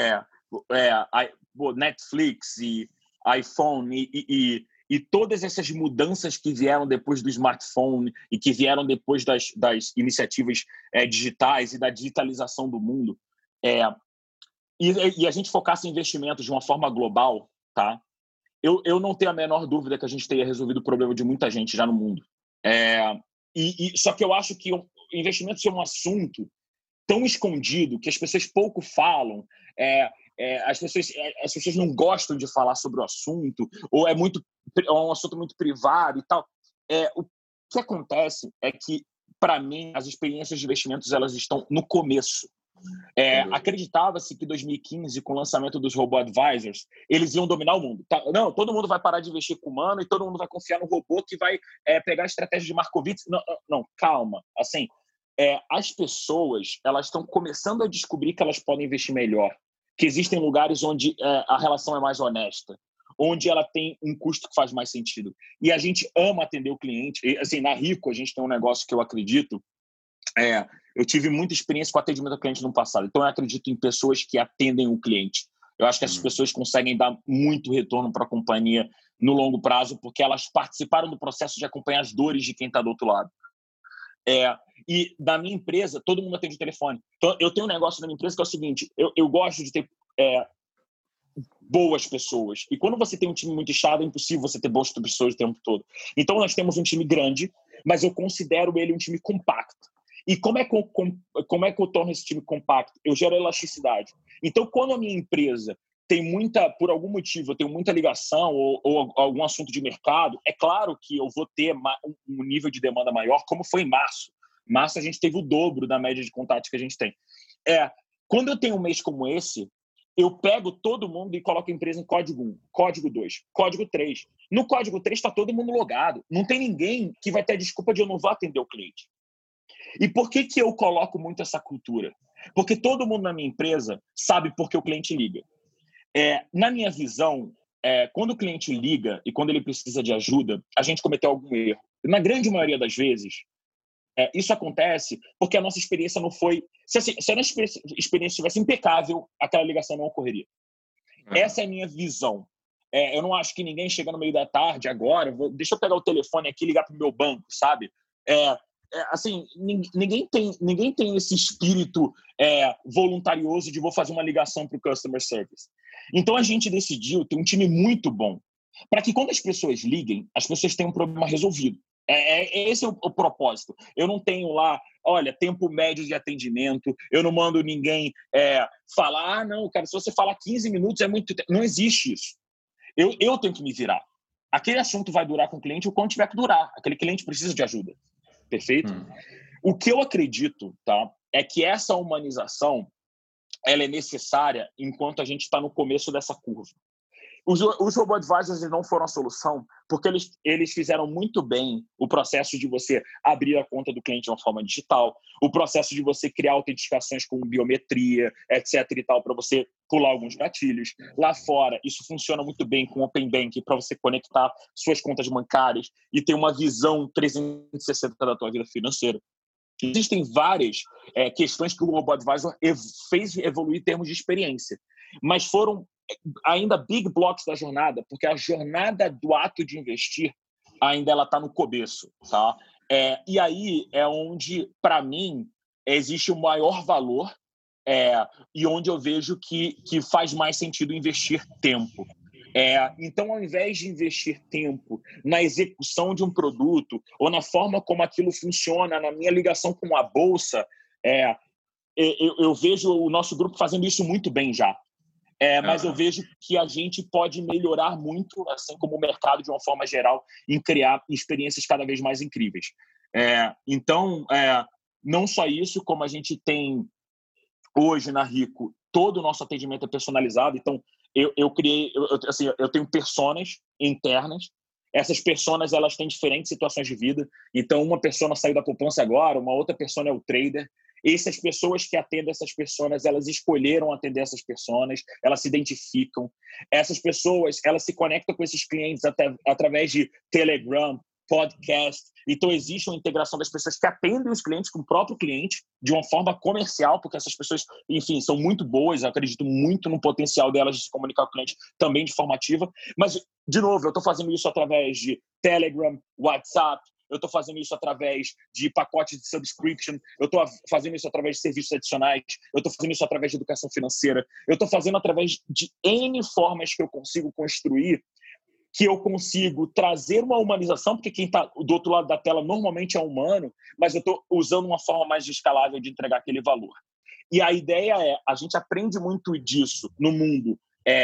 Netflix e iPhone e todas essas mudanças que vieram depois do smartphone e que vieram depois das iniciativas digitais e da digitalização do mundo, e a gente focasse em investimentos de uma forma global, tá? Eu não tenho a menor dúvida que a gente teria resolvido o problema de muita gente já no mundo. Só que eu acho que investimentos é um assunto tão escondido que as pessoas pouco falam, as pessoas não gostam de falar sobre o assunto, ou é um assunto muito privado e tal. O que acontece é que, para mim, as experiências de investimentos elas estão no começo. Acreditava-se que em 2015, com o lançamento dos robo-advisors, eles iam dominar o mundo. Não, todo mundo vai parar de investir com humano e todo mundo vai confiar no robô que vai pegar a estratégia de Markowitz. Não, calma. Assim, as pessoas elas estão começando a descobrir que elas podem investir melhor, que existem lugares onde a relação é mais honesta, onde ela tem um custo que faz mais sentido. E a gente ama atender o cliente. E, assim, na Rico, a gente tem um negócio que eu acredito. Eu tive muita experiência com atendimento ao cliente no passado, então eu acredito em pessoas que atendem o cliente. Eu acho que essas pessoas conseguem dar muito retorno para a companhia no longo prazo, porque elas participaram do processo de acompanhar as dores de quem está do outro lado. E da minha empresa, todo mundo atende o telefone. Então, eu tenho um negócio na minha empresa que é o seguinte, eu gosto de ter boas pessoas. E quando você tem um time muito inchado, é impossível você ter boas pessoas o tempo todo. Então, nós temos um time grande, mas eu considero ele um time compacto. E como é que eu torno esse time compacto? Eu gero elasticidade. Então, quando a minha empresa tem por algum motivo, eu tenho muita ligação ou algum assunto de mercado, é claro que eu vou ter um nível de demanda maior, como foi em março. Em março, a gente teve o dobro da média de contatos que a gente tem. Quando eu tenho um mês como esse, eu pego todo mundo e coloco a empresa em código 1, código 2, código 3. No código 3 está todo mundo logado. Não tem ninguém que vai ter a desculpa de eu não vou atender o cliente. E por que eu coloco muito essa cultura? Porque todo mundo na minha empresa sabe por que o cliente liga. Na minha visão, quando o cliente liga e quando ele precisa de ajuda, a gente cometeu algum erro. Na grande maioria das vezes, isso acontece porque a nossa experiência não foi... Se a nossa experiência estivesse impecável, aquela ligação não ocorreria. Essa é a minha visão. Eu não acho que ninguém chega no meio da tarde agora, deixa eu pegar o telefone aqui e ligar para o meu banco, sabe? Assim, ninguém tem esse espírito voluntarioso de vou fazer uma ligação para o customer service. Então, a gente decidiu ter um time muito bom para que quando as pessoas liguem, as pessoas tenham um problema resolvido. Esse é o propósito. Eu não tenho lá, olha, tempo médio de atendimento, eu não mando ninguém falar, não, cara, se você falar 15 minutos é muito tempo. Não existe isso. Eu tenho que me virar. Aquele assunto vai durar com o cliente o quanto tiver que durar. Aquele cliente precisa de ajuda. Perfeito? O que eu acredito, tá, é que essa humanização ela é necessária enquanto a gente está no começo dessa curva. Os robo-advisors não foram a solução porque eles fizeram muito bem o processo de você abrir a conta do cliente de uma forma digital, o processo de você criar autenticações com biometria, etc. e tal, para você pular alguns gatilhos. Lá fora, isso funciona muito bem com Open Banking para você conectar suas contas bancárias e ter uma visão 360 da tua vida financeira. Existem várias questões que o robo-advisor fez evoluir em termos de experiência, mas foram ainda big blocks da jornada, porque a jornada do ato de investir ainda ela está no começo, tá? E aí é onde, para mim, existe o maior valor e onde eu vejo que faz mais sentido investir tempo. Então, ao invés de investir tempo na execução de um produto ou na forma como aquilo funciona, na minha ligação com a bolsa, eu vejo o nosso grupo fazendo isso muito bem já. Mas eu vejo que a gente pode melhorar muito, assim como o mercado de uma forma geral, em criar experiências cada vez mais incríveis. Então, não só isso, como a gente tem hoje na Rico, todo o nosso atendimento é personalizado. Então, eu tenho personas internas. Essas personas elas têm diferentes situações de vida. Então, uma pessoa saiu da poupança agora, uma outra pessoa é o trader. Essas pessoas que atendem essas pessoas, elas escolheram atender essas pessoas, elas se identificam. Essas pessoas, elas se conectam com esses clientes através de Telegram, podcast. Então, existe uma integração das pessoas que atendem os clientes com o próprio cliente de uma forma comercial, porque essas pessoas, enfim, são muito boas. Eu acredito muito no potencial delas de se comunicar com o cliente também de forma ativa. Mas, de novo, eu estou fazendo isso através de Telegram, WhatsApp, eu estou fazendo isso através de pacotes de subscription, eu estou fazendo isso através de serviços adicionais, eu estou fazendo isso através de educação financeira, eu estou fazendo através de N formas que eu consigo construir, que eu consigo trazer uma humanização, porque quem está do outro lado da tela normalmente é humano, mas eu estou usando uma forma mais escalável de entregar aquele valor. E a ideia a gente aprende muito disso no mundo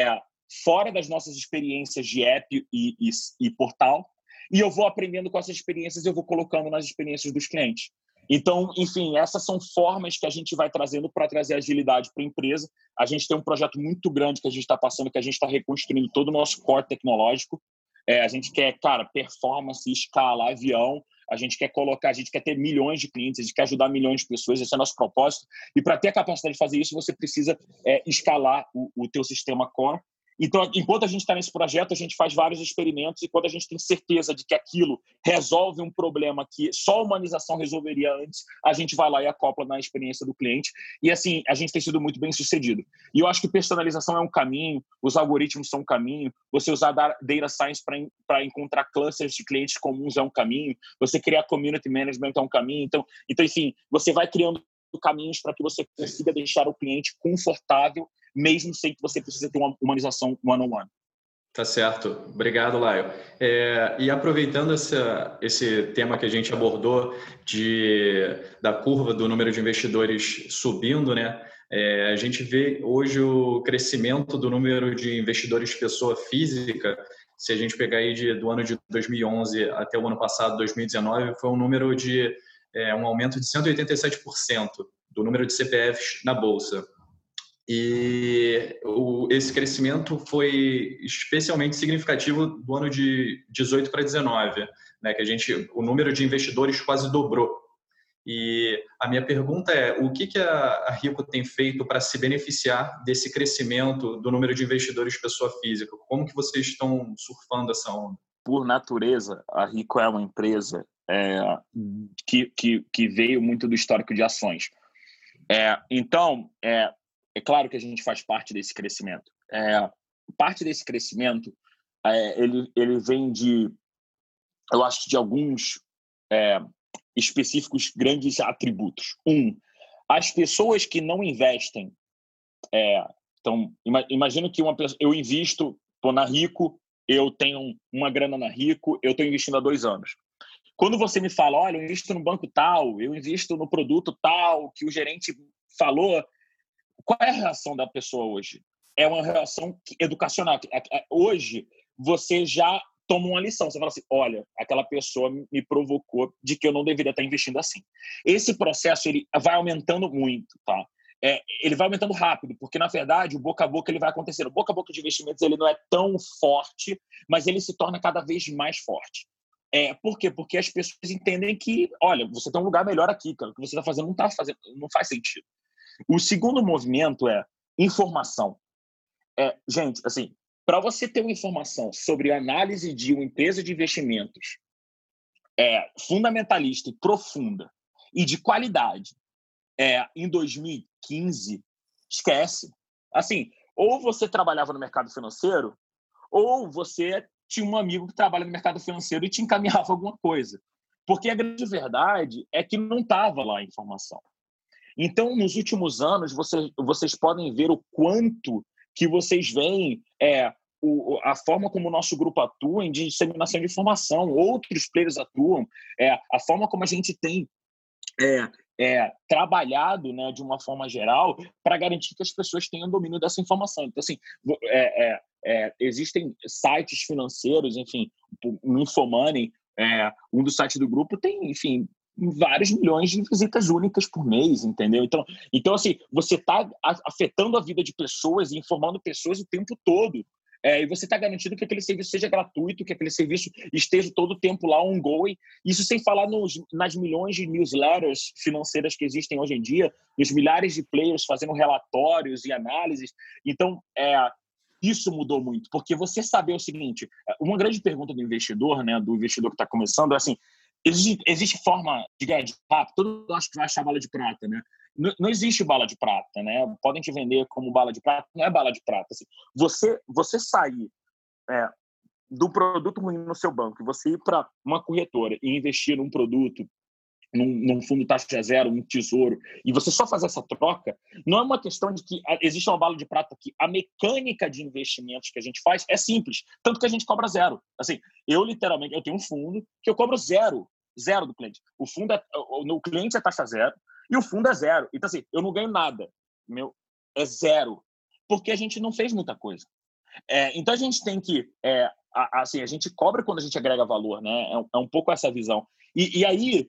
fora das nossas experiências de app e portal, e eu vou aprendendo com essas experiências, eu vou colocando nas experiências dos clientes. Então, enfim, essas são formas que a gente vai trazendo para trazer agilidade para a empresa. A gente tem um projeto muito grande que a gente está passando, que a gente está reconstruindo todo o nosso core tecnológico. A gente quer, performance, escala, avião. A gente quer ter milhões de clientes, a gente quer ajudar milhões de pessoas, esse é o nosso propósito. E para ter a capacidade de fazer isso, você precisa escalar o teu sistema core. Então, enquanto a gente está nesse projeto, a gente faz vários experimentos e quando a gente tem certeza de que aquilo resolve um problema que só a humanização resolveria antes, a gente vai lá e acopla na experiência do cliente. E, assim, a gente tem sido muito bem sucedido. E eu acho que personalização é um caminho, os algoritmos são um caminho, você usar data science para encontrar clusters de clientes comuns é um caminho, você criar community management é um caminho. Então enfim, você vai criando caminhos para que você consiga deixar o cliente confortável, mesmo sem que você precise ter uma humanização one-on-one. Tá certo. Obrigado, Laio. E aproveitando esse tema que a gente abordou da curva do número de investidores subindo, né? A gente vê hoje o crescimento do número de investidores pessoa física. Se a gente pegar aí do ano de 2011 até o ano passado, 2019, foi um número de um aumento de 187% do número de CPFs na Bolsa. E esse crescimento foi especialmente significativo do ano de 18 para 19, né, que o número de investidores quase dobrou. E a minha pergunta o que a Rico tem feito para se beneficiar desse crescimento do número de investidores pessoa física? Como que vocês estão surfando essa onda? Por natureza, a Rico é uma empresa que veio muito do histórico de ações. Então, é claro que a gente faz parte desse crescimento. Parte desse crescimento, ele vem eu acho, de alguns específicos grandes atributos. As pessoas que não investem. Então, imagino que eu invisto, estou na Rico, eu tenho uma grana na Rico, eu estou investindo há 2 anos. Quando você me fala, olha, eu invisto no banco tal, eu invisto no produto tal, que o gerente falou, qual é a reação da pessoa hoje? É uma reação educacional. Hoje, você já toma uma lição. Você fala assim, olha, aquela pessoa me provocou de que eu não deveria estar investindo assim. Esse processo ele vai aumentando muito, tá? Ele vai aumentando rápido, porque, na verdade, o boca a boca ele vai acontecendo. O boca a boca de investimentos ele não é tão forte, mas ele se torna cada vez mais forte. Por quê? Porque as pessoas entendem que, olha, você tem um lugar melhor aqui, cara. O que você está fazendo não faz sentido. O segundo movimento é informação. Gente, assim, para você ter uma informação sobre a análise de uma empresa de investimentos fundamentalista e profunda e de qualidade em 2015, esquece. Assim, ou você trabalhava no mercado financeiro ou você tinha um amigo que trabalha no mercado financeiro e te encaminhava alguma coisa. Porque a grande verdade é que não estava lá a informação. Então, nos últimos anos, vocês podem ver o quanto que vocês veem a forma como o nosso grupo atua em disseminação de informação, outros players atuam, a forma como a gente tem trabalhado, né, de uma forma geral para garantir que as pessoas tenham domínio dessa informação. Então, assim, existem sites financeiros, enfim, o Infomoney, um dos sites do grupo tem, enfim, vários milhões de visitas únicas por mês, entendeu? Então assim, você está afetando a vida de pessoas e informando pessoas o tempo todo. E você está garantindo que aquele serviço seja gratuito, que aquele serviço esteja todo o tempo lá ongoing. Isso sem falar nas milhões de newsletters financeiras que existem hoje em dia, nos milhares de players fazendo relatórios e análises. Então, isso mudou muito, porque você saber o seguinte, uma grande pergunta do investidor, né, do investidor que está começando, é assim, existe forma de ganhar de rápido? Todo mundo acha que vai achar bala de prata, né? Não existe bala de prata, né? Podem te vender como bala de prata, não é bala de prata. Assim, você sair do produto ruim no seu banco e você ir para uma corretora e investir num produto, num fundo taxa zero, num tesouro, e você só fazer essa troca, não é uma questão de que existe uma bala de prata aqui. A mecânica de investimentos que a gente faz é simples, tanto que a gente cobra zero. Assim, eu tenho um fundo que eu cobro zero do cliente. O cliente é taxa zero e o fundo é zero. Então, assim, eu não ganho nada. É zero. Porque a gente não fez muita coisa. Então, a gente tem que... assim, a gente cobra quando a gente agrega valor, né? É um pouco essa visão. E aí...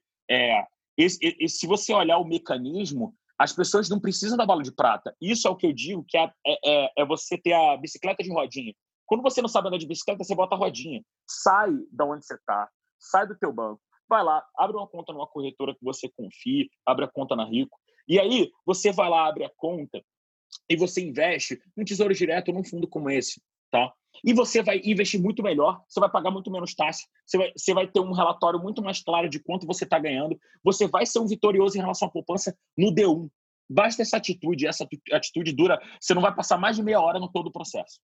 se você olhar o mecanismo, as pessoas não precisam da bala de prata. Isso é o que eu digo, que é você ter a bicicleta de rodinha. Quando você não sabe andar de bicicleta, você bota a rodinha. Sai da onde você está, sai do teu banco, vai lá, abre uma conta numa corretora que você confie, abre a conta na Rico, e aí você vai lá, abre a conta e você investe num tesouro direto ou num fundo como esse, tá? E você vai investir muito melhor, você vai pagar muito menos taxa, você vai ter um relatório muito mais claro de quanto você está ganhando, você vai ser um vitorioso em relação à poupança no D1. Basta essa atitude dura, você não vai passar mais de meia hora no todo o processo.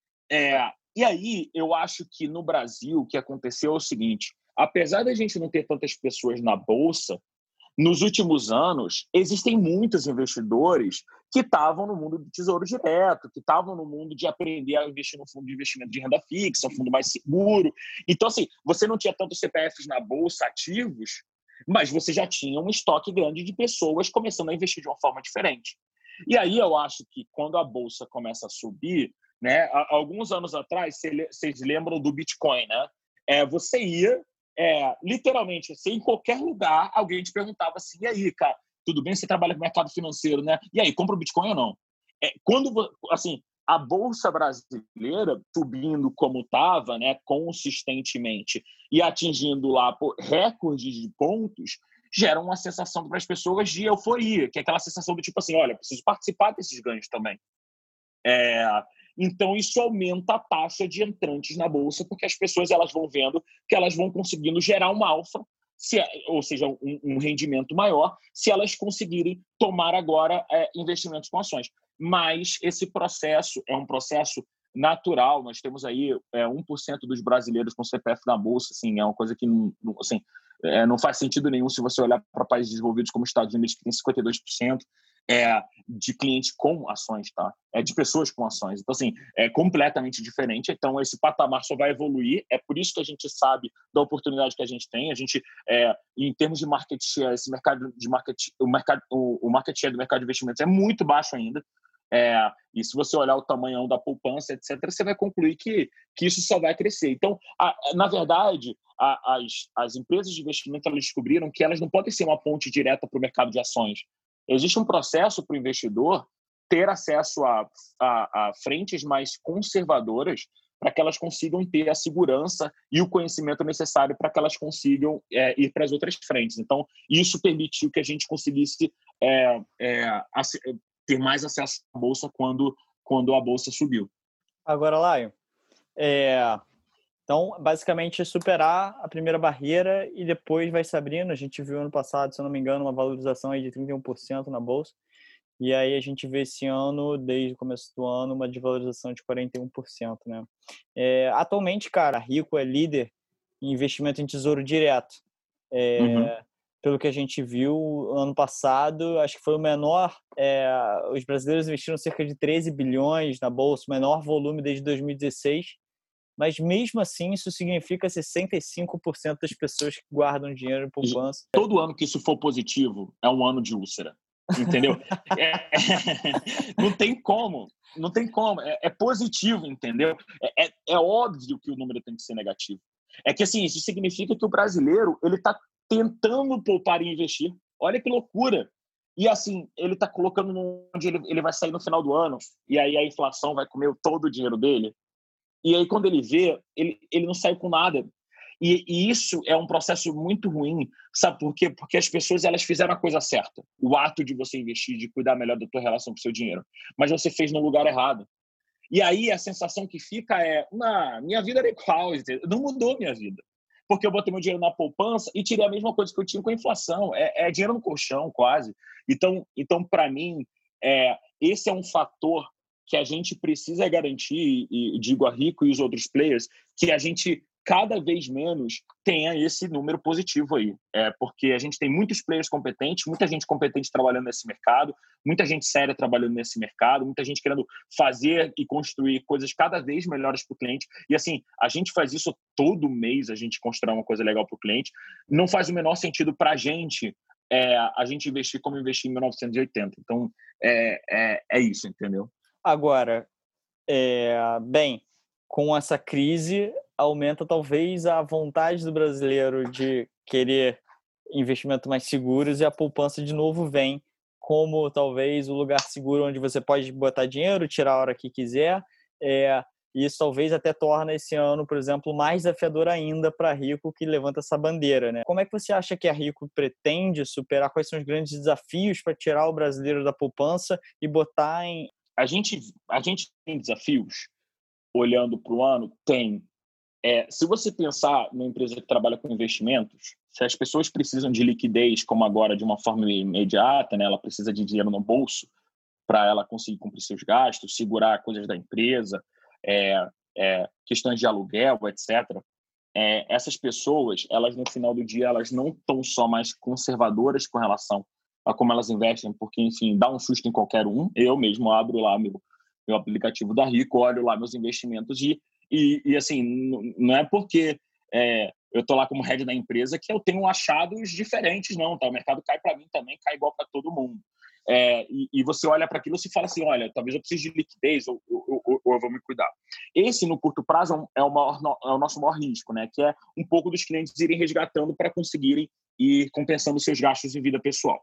E aí, eu acho que no Brasil o que aconteceu é o seguinte, apesar da gente não ter tantas pessoas na Bolsa, nos últimos anos, existem muitos investidores que estavam no mundo do tesouro direto, que estavam no mundo de aprender a investir no fundo de investimento de renda fixa, um fundo mais seguro. Então, assim, você não tinha tantos CPFs na Bolsa ativos, mas você já tinha um estoque grande de pessoas começando a investir de uma forma diferente. E aí eu acho que quando a Bolsa começa a subir, né, alguns anos atrás, vocês lembram do Bitcoin, né? Você ia... literalmente, assim, em qualquer lugar, alguém te perguntava assim, e aí, cara, tudo bem? Você trabalha com mercado financeiro, né? E aí, compra o Bitcoin ou não? Quando, assim, a Bolsa Brasileira subindo como estava, né, consistentemente, e atingindo lá recordes de pontos, gera uma sensação para as pessoas de euforia, que é aquela sensação do tipo assim, olha, preciso participar desses ganhos também. Então, isso aumenta a taxa de entrantes na Bolsa, porque as pessoas elas vão vendo que elas vão conseguindo gerar uma alfa, ou seja, um rendimento maior, se elas conseguirem tomar agora investimentos com ações. Mas esse processo é um processo natural. Nós temos aí 1% dos brasileiros com CPF na Bolsa. Assim, é uma coisa que não faz sentido nenhum se você olhar para países desenvolvidos como os Estados Unidos, que tem 52%. De clientes com ações, tá? De pessoas com ações. Então, assim, é completamente diferente. Então, esse patamar só vai evoluir. É por isso que a gente sabe da oportunidade que a gente tem. A gente, em termos de market share, esse mercado de o market share do mercado de investimentos é muito baixo ainda. E se você olhar o tamanhão da poupança, etc., você vai concluir que isso só vai crescer. Então, na verdade, as empresas de investimento elas descobriram que elas não podem ser uma ponte direta para o mercado de ações. Existe um processo para o investidor ter acesso a frentes mais conservadoras para que elas consigam ter a segurança e o conhecimento necessário para que elas consigam ir para as outras frentes. Então, isso permitiu que a gente conseguisse ter mais acesso à Bolsa quando a Bolsa subiu. Agora, Laio, então, basicamente, é superar a primeira barreira e depois vai se abrindo. A gente viu ano passado, se eu não me engano, uma valorização aí de 31% na Bolsa. E aí a gente vê esse ano, desde o começo do ano, uma desvalorização de 41%, né? Atualmente, cara, a Rico é líder em investimento em tesouro direto. Pelo que a gente viu ano passado, acho que foi o menor. Os brasileiros investiram cerca de 13 bilhões na Bolsa, o menor volume desde 2016. Mas mesmo assim, isso significa 65% das pessoas que guardam dinheiro em poupança. Todo ano que isso for positivo é um ano de úlcera. Entendeu? Não tem como. É positivo, entendeu? É óbvio que o número tem que ser negativo. É que, assim, isso significa que o brasileiro ele está tentando poupar e investir. Olha que loucura. E, assim, ele está colocando onde ele vai sair no final do ano e aí a inflação vai comer todo o dinheiro dele. E aí, quando ele vê, ele não saiu com nada. E isso é um processo muito ruim, sabe por quê? Porque as pessoas elas fizeram a coisa certa, o ato de você investir, de cuidar melhor da tua relação com o seu dinheiro, mas você fez no lugar errado. E aí a sensação que fica minha vida era igual, não mudou minha vida, porque eu botei meu dinheiro na poupança e tirei a mesma coisa que eu tinha com a inflação, é dinheiro no colchão quase. Então para mim, esse é um fator que a gente precisa garantir, e digo a Rico e os outros players, que a gente cada vez menos tenha esse número positivo aí. Porque a gente tem muitos players competentes, muita gente competente trabalhando nesse mercado, muita gente séria trabalhando nesse mercado, muita gente querendo fazer e construir coisas cada vez melhores para o cliente. E, assim, a gente faz isso todo mês, a gente constrói uma coisa legal para o cliente. Não faz o menor sentido para a gente investir como investir em 1980. Então, é isso, entendeu? Agora, bem, com essa crise, aumenta talvez a vontade do brasileiro de querer investimentos mais seguros e a poupança de novo vem como talvez o lugar seguro onde você pode botar dinheiro, tirar a hora que quiser. E isso talvez até torna esse ano, por exemplo, mais desafiador ainda para a Rico, que levanta essa bandeira, né? Como é que você acha que a Rico pretende superar? Quais são os grandes desafios para tirar o brasileiro da poupança e botar em... A gente tem desafios olhando para o ano? Tem. Se você pensar numa empresa que trabalha com investimentos, se as pessoas precisam de liquidez, como agora, de uma forma imediata, né, ela precisa de dinheiro no bolso para ela conseguir cumprir seus gastos, segurar coisas da empresa, questões de aluguel, etc. Essas pessoas, elas no final do dia, elas não estão só mais conservadoras com relação a como elas investem, porque, enfim, dá um susto em qualquer um. Eu mesmo abro lá meu aplicativo da Rico, olho lá meus investimentos e assim, não é porque eu estou lá como head da empresa que eu tenho achados diferentes, não, tá? O mercado cai para mim também, cai igual para todo mundo. E você olha para aquilo e fala assim, olha, talvez eu precise de liquidez ou eu vou me cuidar. Esse, no curto prazo, é o nosso maior risco, né? Que é um pouco dos clientes irem resgatando para conseguirem ir compensando seus gastos em vida pessoal.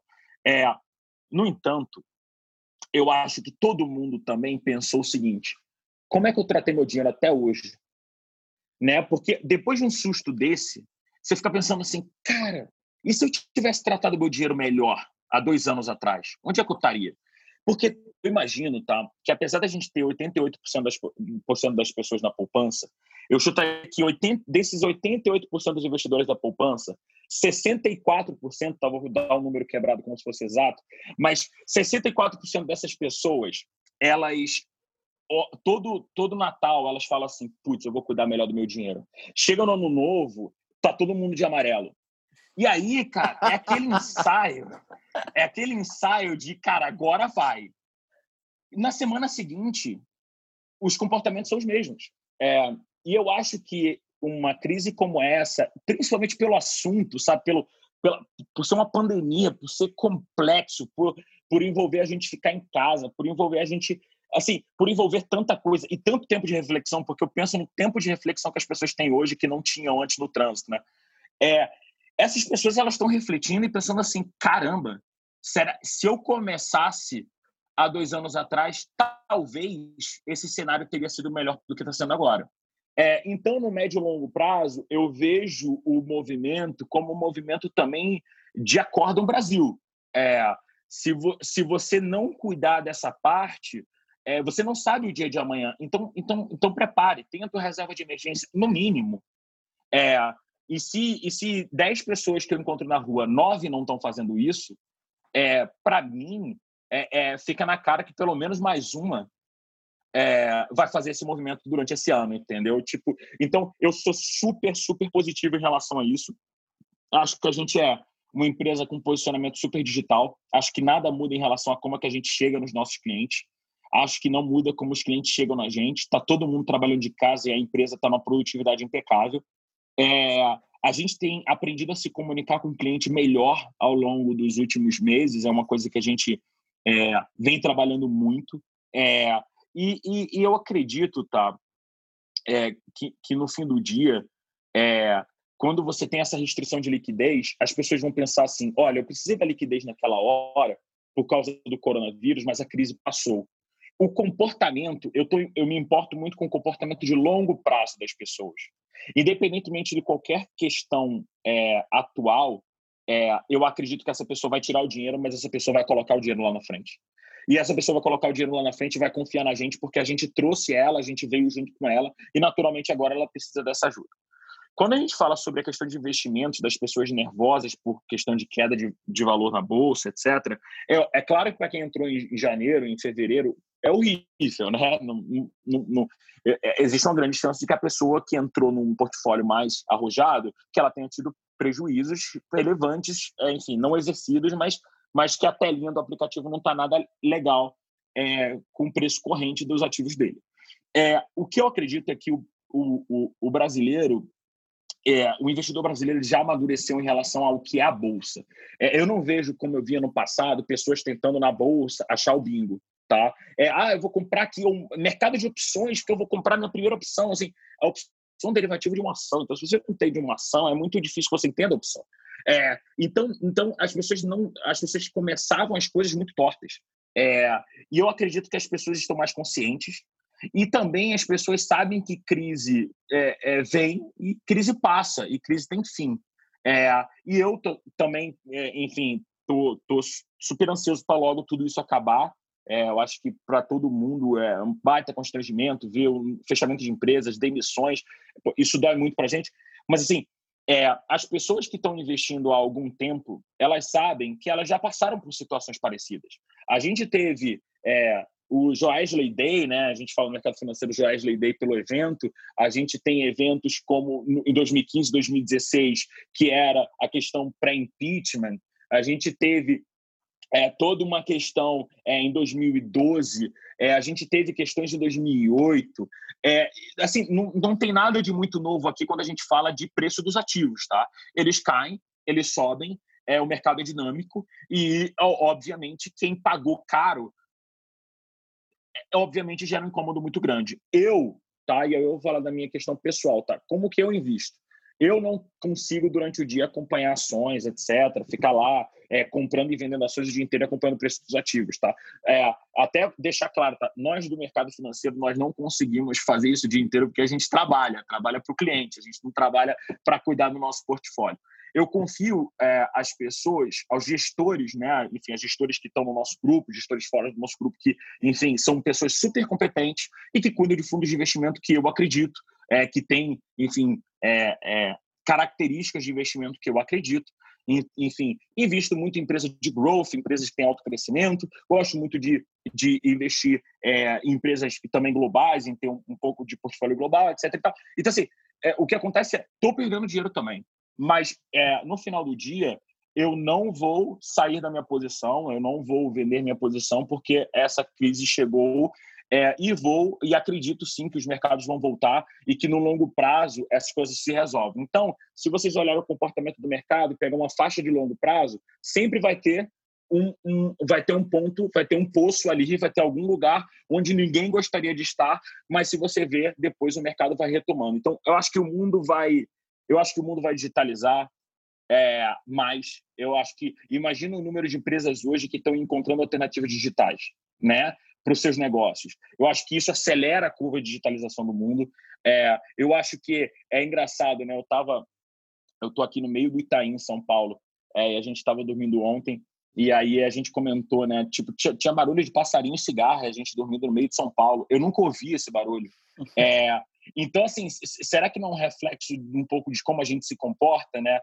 No entanto, eu acho que todo mundo também pensou o seguinte, como é que eu tratei meu dinheiro até hoje? Né? Porque depois de um susto desse, você fica pensando assim, cara, e se eu tivesse tratado meu dinheiro melhor há 2 anos atrás? Onde é que eu estaria? Porque eu imagino, tá, que apesar da gente ter 88% das pessoas na poupança, eu chutaria que desses 88% dos investidores da poupança, 64%, tá, vou dar um número quebrado como se fosse exato, mas 64% dessas pessoas, elas todo Natal elas falam assim, putz, eu vou cuidar melhor do meu dinheiro. Chega no Ano Novo, tá todo mundo de amarelo. E aí, cara, é aquele ensaio de, cara, agora vai. Na semana seguinte, os comportamentos são os mesmos. E eu acho que uma crise como essa, principalmente pelo assunto, sabe, por ser uma pandemia, por ser complexo, por envolver a gente ficar em casa, por envolver a gente, assim, por envolver tanta coisa e tanto tempo de reflexão, porque eu penso no tempo de reflexão que as pessoas têm hoje que não tinham antes no trânsito, né? Essas pessoas, elas estão refletindo e pensando assim, caramba, se eu começasse há 2 anos atrás, talvez esse cenário teria sido melhor do que está sendo agora. Então, no médio e longo prazo, eu vejo o movimento como um movimento também de Acordam Brasil. Se você não cuidar dessa parte, você não sabe o dia de amanhã. Então prepare, tenha a tua reserva de emergência, no mínimo. E se 10 pessoas que eu encontro na rua, 9 não estão fazendo isso, para mim, fica na cara que pelo menos mais uma vai fazer esse movimento durante esse ano, entendeu? Então, eu sou super, super positivo em relação a isso. Acho que a gente é uma empresa com posicionamento super digital. Acho que nada muda em relação a como é que a gente chega nos nossos clientes. Acho que não muda como os clientes chegam na gente. Está todo mundo trabalhando de casa e a empresa está numa produtividade impecável. A gente tem aprendido a se comunicar com o cliente melhor ao longo dos últimos meses. É uma coisa que a gente vem trabalhando muito. E eu acredito, tá, que no fim do dia, quando você tem essa restrição de liquidez, as pessoas vão pensar assim, olha, eu precisei da liquidez naquela hora por causa do coronavírus, mas a crise passou. O comportamento, eu me importo muito com o comportamento de longo prazo das pessoas. Independentemente de qualquer questão atual, eu acredito que essa pessoa vai tirar o dinheiro, mas essa pessoa vai colocar o dinheiro lá na frente. E essa pessoa vai colocar o dinheiro lá na frente e vai confiar na gente, porque a gente trouxe ela, a gente veio junto com ela, e naturalmente agora ela precisa dessa ajuda. Quando a gente fala sobre a questão de investimentos das pessoas nervosas por questão de queda de valor na bolsa, etc., é claro que para quem entrou em janeiro, em fevereiro, é horrível, né? Existe uma grande chance de que a pessoa que entrou num portfólio mais arrojado, que ela tenha tido prejuízos relevantes, enfim, não exercidos, mas que a telinha do aplicativo não está nada legal com o preço corrente dos ativos dele. O que eu acredito é que o brasileiro, o investidor brasileiro já amadureceu em relação ao que é a Bolsa. Eu não vejo, como eu via no passado, pessoas tentando na Bolsa achar o bingo. Tá? Eu vou comprar aqui um mercado de opções, porque eu vou comprar minha primeira opção. Assim, a opção derivativa de uma ação. Então, se você não tem de uma ação, é muito difícil que você entenda a opção. Então as pessoas começavam as coisas muito tortas. E eu acredito que as pessoas estão mais conscientes. E também as pessoas sabem que crise vem e crise passa, e crise tem fim. E eu também, enfim, tô super ansioso para logo tudo isso acabar. Eu acho que para todo mundo é um baita constrangimento ver o fechamento de empresas, demissões, isso dói muito para a gente. Mas, assim, as pessoas que estão investindo há algum tempo, elas sabem que elas já passaram por situações parecidas. A gente teve o Joesley Day, né? A gente fala no mercado financeiro Joesley Day pelo evento. A gente tem eventos como em 2015, 2016, que era a questão pré-impeachment. A gente teve toda uma questão em 2012, a gente teve questões em 2008. Assim, não tem nada de muito novo aqui quando a gente fala de preço dos ativos, tá? Eles caem, eles sobem, o mercado é dinâmico e, obviamente, quem pagou caro, obviamente, gera um incômodo muito grande. Tá? E aí eu vou falar da minha questão pessoal, tá? Como que eu invisto? Eu não consigo, durante o dia, acompanhar ações, etc., ficar lá comprando e vendendo ações o dia inteiro, acompanhando o preço dos ativos, tá? Até deixar claro, tá? Nós do mercado financeiro, nós não conseguimos fazer isso o dia inteiro porque a gente trabalha para o cliente, a gente não trabalha para cuidar do nosso portfólio. Eu confio às pessoas, aos gestores, né? Enfim, as gestores que estão no nosso grupo, gestores fora do nosso grupo, que, enfim, são pessoas super competentes e que cuidam de fundos de investimento que eu acredito, que tem, enfim, características de investimento que eu acredito. Enfim, invisto muito em empresas de growth, empresas que têm alto crescimento, gosto muito de investir em empresas também globais, em ter um pouco de portfólio global, etc. E tal. Então, assim, o que acontece estou perdendo dinheiro também, mas no final do dia, eu não vou sair da minha posição, eu não vou vender minha posição, porque essa crise chegou e acredito sim que os mercados vão voltar e que no longo prazo essas coisas se resolvem. Então, se vocês olharem o comportamento do mercado e pegar uma faixa de longo prazo, sempre vai ter vai ter um ponto, vai ter um poço ali, vai ter algum lugar onde ninguém gostaria de estar, mas se você ver, depois o mercado vai retomando. Então, eu acho que o mundo vai digitalizar, mas eu acho que imagina o número de empresas hoje que estão encontrando alternativas digitais, né, para os seus negócios. Eu acho que isso acelera a curva de digitalização do mundo. Eu acho que é engraçado, né? Eu tô aqui no meio do Itaim, em São Paulo, e a gente estava dormindo ontem, e aí a gente comentou, né? Tipo, tinha barulho de passarinho e cigarro, a gente dormindo no meio de São Paulo. Eu nunca ouvi esse barulho. Então, assim, será que não é um reflexo um pouco de como a gente se comporta, né?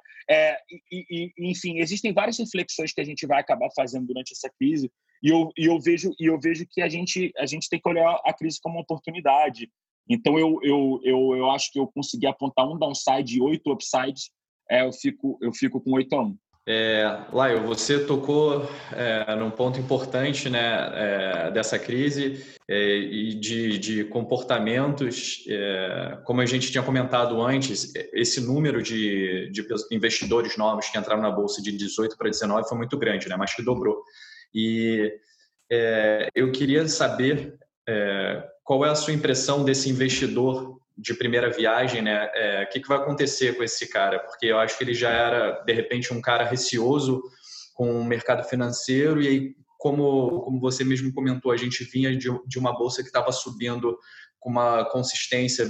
Enfim, existem várias reflexões que a gente vai acabar fazendo durante essa crise, e eu vejo que a gente tem que olhar a crise como uma oportunidade. Então, eu acho que eu consegui apontar um downside e 8 upsides. Eu fico com 8-1. Laio, você tocou num ponto importante, né, dessa crise e de comportamentos. Como a gente tinha comentado antes, esse número de investidores novos que entraram na Bolsa de 18 para 19 foi muito grande, né, mais que dobrou. E eu queria saber qual é a sua impressão desse investidor de primeira viagem, né? O que vai acontecer com esse cara? Porque eu acho que ele já era, de repente, um cara receoso com o mercado financeiro e aí, como você mesmo comentou, a gente vinha de uma bolsa que estava subindo com uma consistência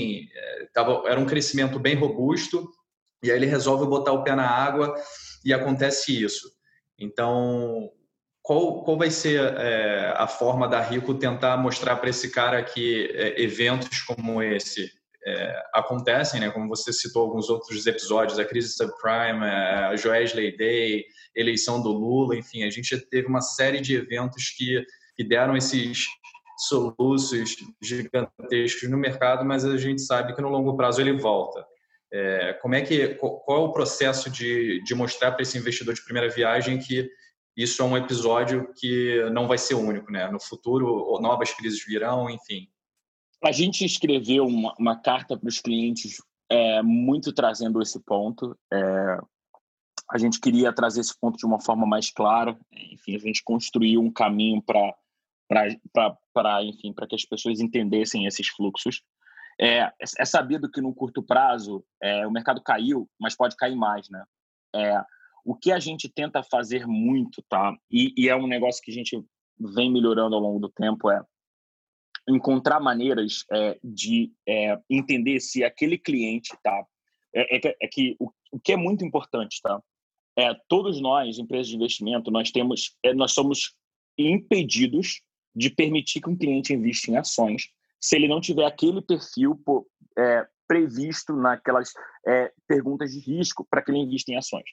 era um crescimento bem robusto, e aí ele resolve botar o pé na água e acontece isso. Então, qual vai ser a forma da Rico tentar mostrar para esse cara que eventos como esse acontecem, né? Como você citou alguns outros episódios, a crise subprime, a Joesley Day, eleição do Lula, enfim, a gente teve uma série de eventos que deram esses soluços gigantescos no mercado, mas a gente sabe que no longo prazo ele volta. Qual é o processo de mostrar para esse investidor de primeira viagem que isso é um episódio que não vai ser único, né? No futuro, novas crises virão, enfim. A gente escreveu uma carta para os clientes muito trazendo esse ponto. A gente queria trazer esse ponto de uma forma mais clara. Enfim, a gente construiu um caminho para que as pessoas entendessem esses fluxos. É sabido que no curto prazo o mercado caiu, mas pode cair mais, né? O que a gente tenta fazer muito, tá? E é um negócio que a gente vem melhorando ao longo do tempo, encontrar maneiras de entender se aquele cliente, tá? O que é muito importante, tá? Todos nós, empresas de investimento, nós somos impedidos de permitir que um cliente invista em ações se ele não tiver aquele perfil previsto naquelas perguntas de risco para que ele invista em ações.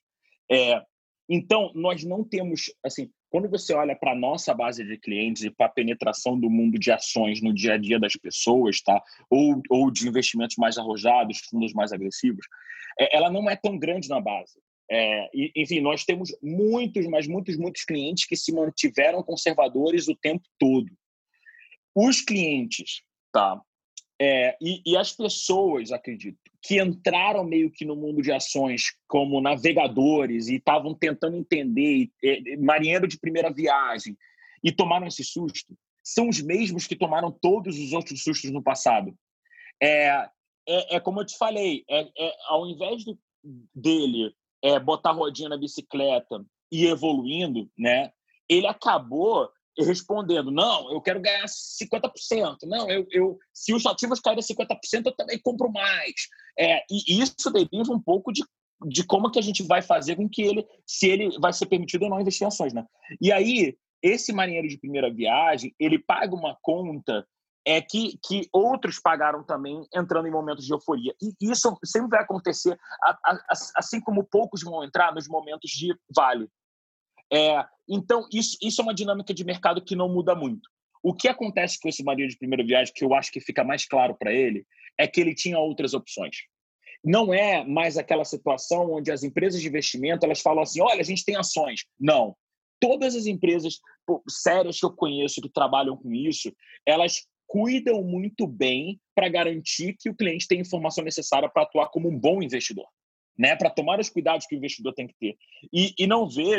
Então, nós não temos, assim, quando você olha para a nossa base de clientes e para a penetração do mundo de ações no dia a dia das pessoas, tá? Ou de investimentos mais arrojados, fundos mais agressivos, ela não é tão grande na base. Enfim, nós temos muitos clientes que se mantiveram conservadores o tempo todo. Os clientes, tá? E as pessoas, acredito, que entraram meio que no mundo de ações como navegadores e estavam tentando entender, marinheiro de primeira viagem, e tomaram esse susto, são os mesmos que tomaram todos os outros sustos no passado. Como eu te falei, ao invés dele botar rodinha na bicicleta e evoluindo, né, ele acabou respondendo, não, eu quero ganhar 50%, não, se os ativos caírem 50%, eu também compro mais. E isso deriva um pouco de como que a gente vai fazer com que se ele vai ser permitido ou não investir em ações, né? E aí, esse marinheiro de primeira viagem, ele paga uma conta que outros pagaram também entrando em momentos de euforia. E isso sempre vai acontecer, assim como poucos vão entrar nos momentos de vale. Então, isso é uma dinâmica de mercado que não muda muito. O que acontece com esse marinheiro de primeira viagem, que eu acho que fica mais claro para ele, é que ele tinha outras opções. Não é mais aquela situação onde as empresas de investimento elas falam assim, olha, a gente tem ações. Não. Todas as empresas sérias que eu conheço que trabalham com isso, elas cuidam muito bem para garantir que o cliente tem a informação necessária para atuar como um bom investidor, né? Para tomar os cuidados que o investidor tem que ter. E não vejo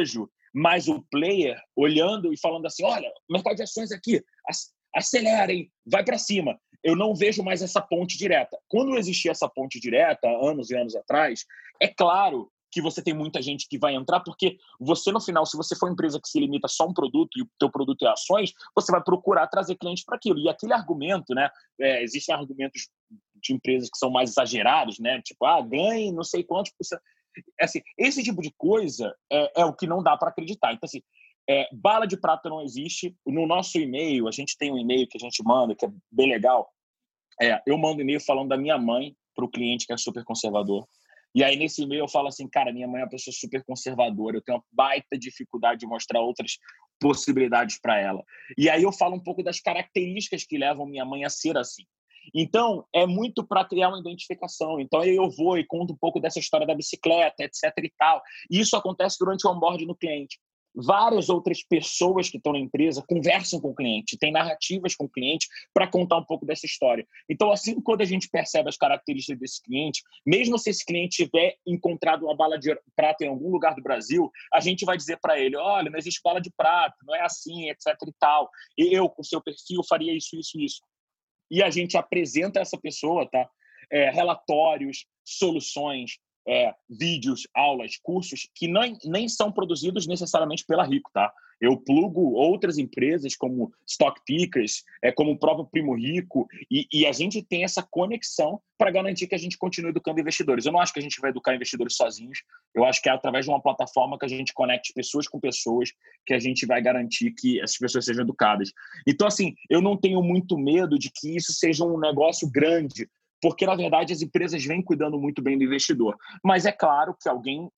mas o player olhando e falando assim, olha, mercado de ações aqui, acelerem, vai para cima. Eu não vejo mais essa ponte direta. Quando existia essa ponte direta, anos e anos atrás, é claro que você tem muita gente que vai entrar, porque você, no final, se você for uma empresa que se limita só a um produto e o teu produto é ações, você vai procurar trazer clientes para aquilo. E aquele argumento, né? Existem argumentos de empresas que são mais exagerados, né? Tipo, ganhe não sei quantos por cento. Assim, esse tipo de coisa é o que não dá para acreditar. Então, assim, bala de prata não existe. No nosso e-mail, a gente tem um e-mail que a gente manda, que é bem legal. Eu mando e-mail falando da minha mãe para o cliente que é super conservador. E aí, nesse e-mail, eu falo assim, cara, minha mãe é uma pessoa super conservadora, eu tenho uma baita dificuldade de mostrar outras possibilidades para ela. E aí eu falo um pouco das características que levam minha mãe a ser assim. Então, é muito para criar uma identificação. Então, aí eu vou e conto um pouco dessa história da bicicleta, etc. e tal. E isso acontece durante o onboard no cliente. Várias outras pessoas que estão na empresa conversam com o cliente, têm narrativas com o cliente para contar um pouco dessa história. Então, assim, quando a gente percebe as características desse cliente, mesmo se esse cliente tiver encontrado uma bala de prata em algum lugar do Brasil, a gente vai dizer para ele, olha, não existe bala de prata, não é assim, etc. e tal. Eu, com seu perfil, faria isso, isso, isso. E a gente apresenta essa pessoa, tá? Relatórios, soluções, vídeos, aulas, cursos que nem são produzidos necessariamente pela Rico, tá? Eu plugo outras empresas como Stock Pickers, como o próprio Primo Rico, e a gente tem essa conexão para garantir que a gente continue educando investidores. Eu não acho que a gente vai educar investidores sozinhos, eu acho que é através de uma plataforma que a gente conecte pessoas com pessoas que a gente vai garantir que essas pessoas sejam educadas. Então, assim, eu não tenho muito medo de que isso seja um negócio grande, porque, na verdade, as empresas vêm cuidando muito bem do investidor. Mas é claro que alguém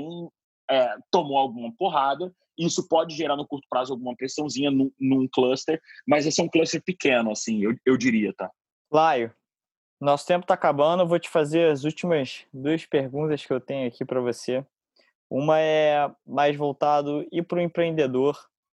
tomou alguma porrada, e isso pode gerar, no curto prazo, alguma pressãozinha num cluster, mas esse é um cluster pequeno, assim, eu diria, tá? Laio, nosso tempo está acabando, eu vou te fazer as últimas 2 perguntas que eu tenho aqui para você. Uma é mais voltado para o empreendedor.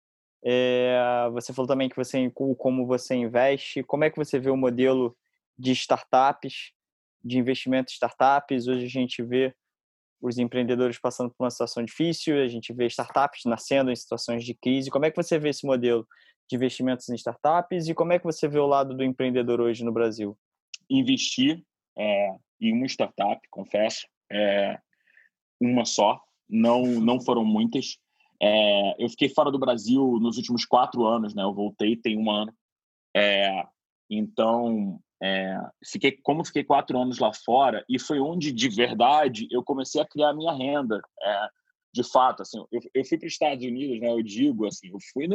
Você falou também que como você investe, como é que você vê o modelo de startups, de investimento em startups? Hoje a gente vê os empreendedores passando por uma situação difícil, a gente vê startups nascendo em situações de crise. Como é que você vê esse modelo de investimentos em startups e como é que você vê o lado do empreendedor hoje no Brasil? Investir em uma startup, confesso, uma só, não foram muitas. Eu fiquei fora do Brasil nos últimos 4 anos, né? Eu voltei tem 1 ano. Então, fiquei 4 anos lá fora e foi onde, de verdade, eu comecei a criar a minha renda. De fato, assim, eu fui para os Estados Unidos, né? Eu digo, assim,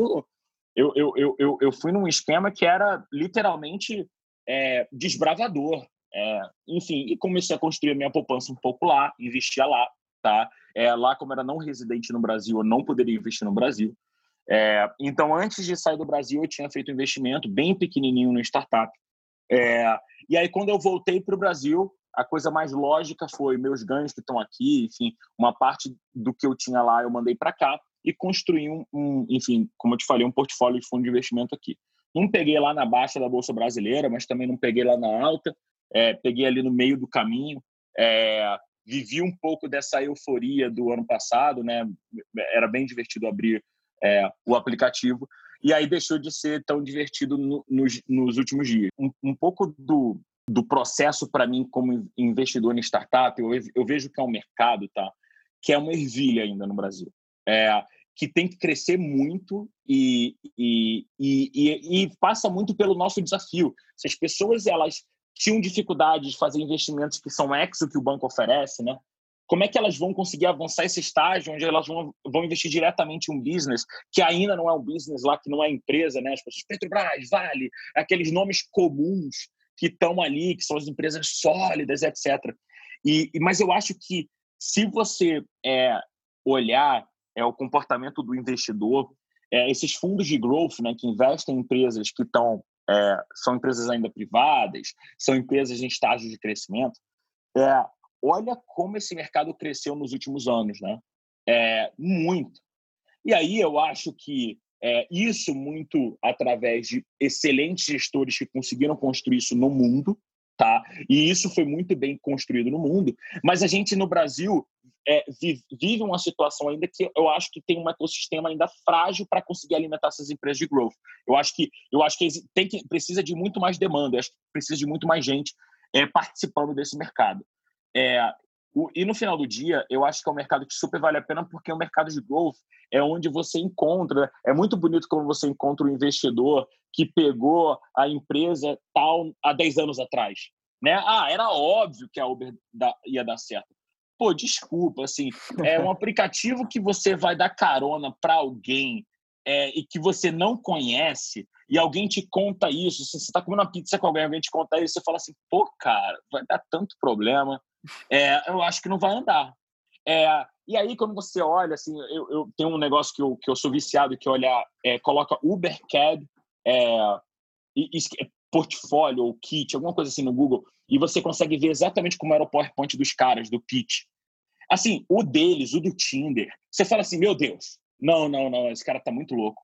eu fui num esquema que era literalmente desbravador. Enfim, e comecei a construir a minha poupança um pouco lá, investia lá, tá? Lá, como era não residente no Brasil, eu não poderia investir no Brasil. Então, antes de sair do Brasil, eu tinha feito um investimento bem pequenininho no startup. E aí, quando eu voltei para o Brasil, a coisa mais lógica foi meus ganhos que estão aqui, enfim, uma parte do que eu tinha lá eu mandei para cá e construí enfim, como eu te falei, um portfólio de fundo de investimento aqui. Não peguei lá na baixa da Bolsa Brasileira, mas também não peguei lá na alta, peguei ali no meio do caminho, vivi um pouco dessa euforia do ano passado, né? Era bem divertido abrir o aplicativo, e aí deixou de ser tão divertido nos últimos dias. Um pouco do processo para mim como investidor em startup, eu vejo que é um mercado, tá? Que é uma ervilha ainda no Brasil, que tem que crescer muito e passa muito pelo nosso desafio. Se as pessoas elas tinham dificuldade de fazer investimentos que são o que o banco oferece, né? Como é que elas vão conseguir avançar esse estágio onde elas vão investir diretamente em um business que ainda não é um business lá, que não é empresa, né? As pessoas, Petrobras, Vale, aqueles nomes comuns que estão ali, que são as empresas sólidas, etc. Mas eu acho que se você olhar o comportamento do investidor, esses fundos de growth, né, que investem em empresas que são empresas ainda privadas, são empresas em estágio de crescimento, olha como esse mercado cresceu nos últimos anos, né? Muito. E aí eu acho que isso muito através de excelentes gestores que conseguiram construir isso no mundo, tá? E isso foi muito bem construído no mundo. Mas a gente no Brasil vive uma situação ainda que eu acho que tem um ecossistema ainda frágil para conseguir alimentar essas empresas de growth. Eu acho que precisa de muito mais demanda, eu acho que precisa de muito mais gente participando desse mercado. E no final do dia, eu acho que é um mercado que super vale a pena, porque o mercado de growth é onde você encontra, é muito bonito quando você encontra um investidor que pegou a empresa tal há 10 anos atrás, né? Era óbvio que a Uber ia dar certo. Pô, desculpa, assim, é um aplicativo que você vai dar carona para alguém e que você não conhece, e alguém te conta isso, você está comendo uma pizza com alguém te conta isso, você fala assim, pô, cara, vai dar tanto problema, eu acho que não vai andar. E aí, quando você olha, assim, eu tenho um negócio que eu sou viciado, que coloca Uber Cab, portfólio ou kit, alguma coisa assim no Google, e você consegue ver exatamente como era o PowerPoint dos caras, do pitch. Assim, o do Tinder, você fala assim, meu Deus, não, esse cara tá muito louco.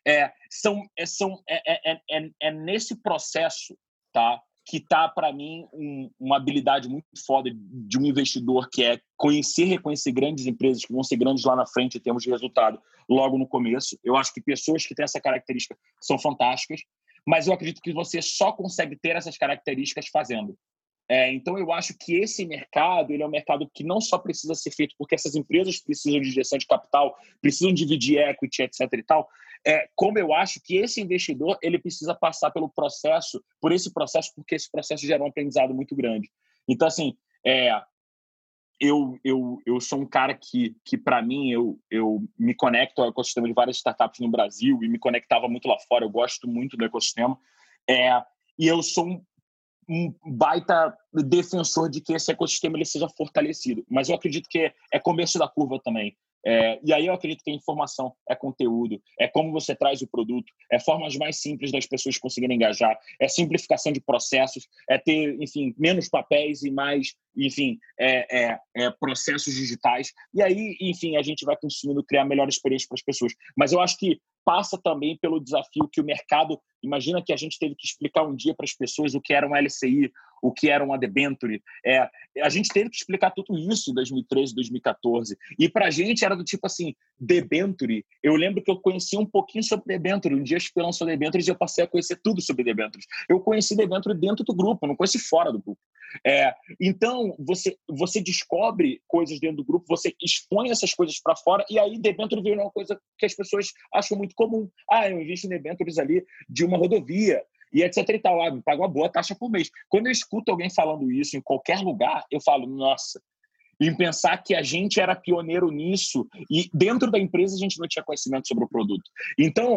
Nesse processo, tá, que tá, para mim, uma habilidade muito foda de um investidor, que é reconhecer grandes empresas que vão ser grandes lá na frente em termos de resultado logo no começo. Eu acho que pessoas que têm essa característica são fantásticas, mas eu acredito que você só consegue ter essas características fazendo. Então, eu acho que esse mercado ele é um mercado que não só precisa ser feito porque essas empresas precisam de injeção de capital, precisam dividir equity, etc. e tal, como eu acho que esse investidor ele precisa passar por esse processo, porque esse processo gera um aprendizado muito grande. Então, assim, eu sou um cara que para mim, eu me conecto ao ecossistema de várias startups no Brasil e me conectava muito lá fora, eu gosto muito do ecossistema, e eu sou um baita defensor de que esse ecossistema ele seja fortalecido. Mas eu acredito que é começo da curva também. E aí eu acredito que a informação é conteúdo, é como você traz o produto, é formas mais simples das pessoas conseguirem engajar, é simplificação de processos, é ter, enfim, menos papéis e mais, enfim, processos digitais. E aí, enfim, a gente vai conseguindo criar melhor experiência para as pessoas. Mas eu acho que passa também pelo desafio que o mercado... Imagina que a gente teve que explicar um dia para as pessoas o que era uma LCI, o que era uma debenture. A gente teve que explicar tudo isso em 2013, 2014. E para a gente era do tipo assim, debenture. Eu lembro que eu conhecia um pouquinho sobre debenture. Um dia eu lançou debentures e eu passei a conhecer tudo sobre debentures. Eu conheci debenture dentro do grupo, não conheci fora do grupo. Então, você descobre coisas dentro do grupo, você expõe essas coisas para fora, e aí debenture veio uma coisa que as pessoas acham muito comum. Eu invisto em debentures ali de uma rodovia, e etc e tal, me paga uma boa taxa por mês. Quando eu escuto alguém falando isso em qualquer lugar, eu falo, nossa, em pensar que a gente era pioneiro nisso e dentro da empresa a gente não tinha conhecimento sobre o produto. Então,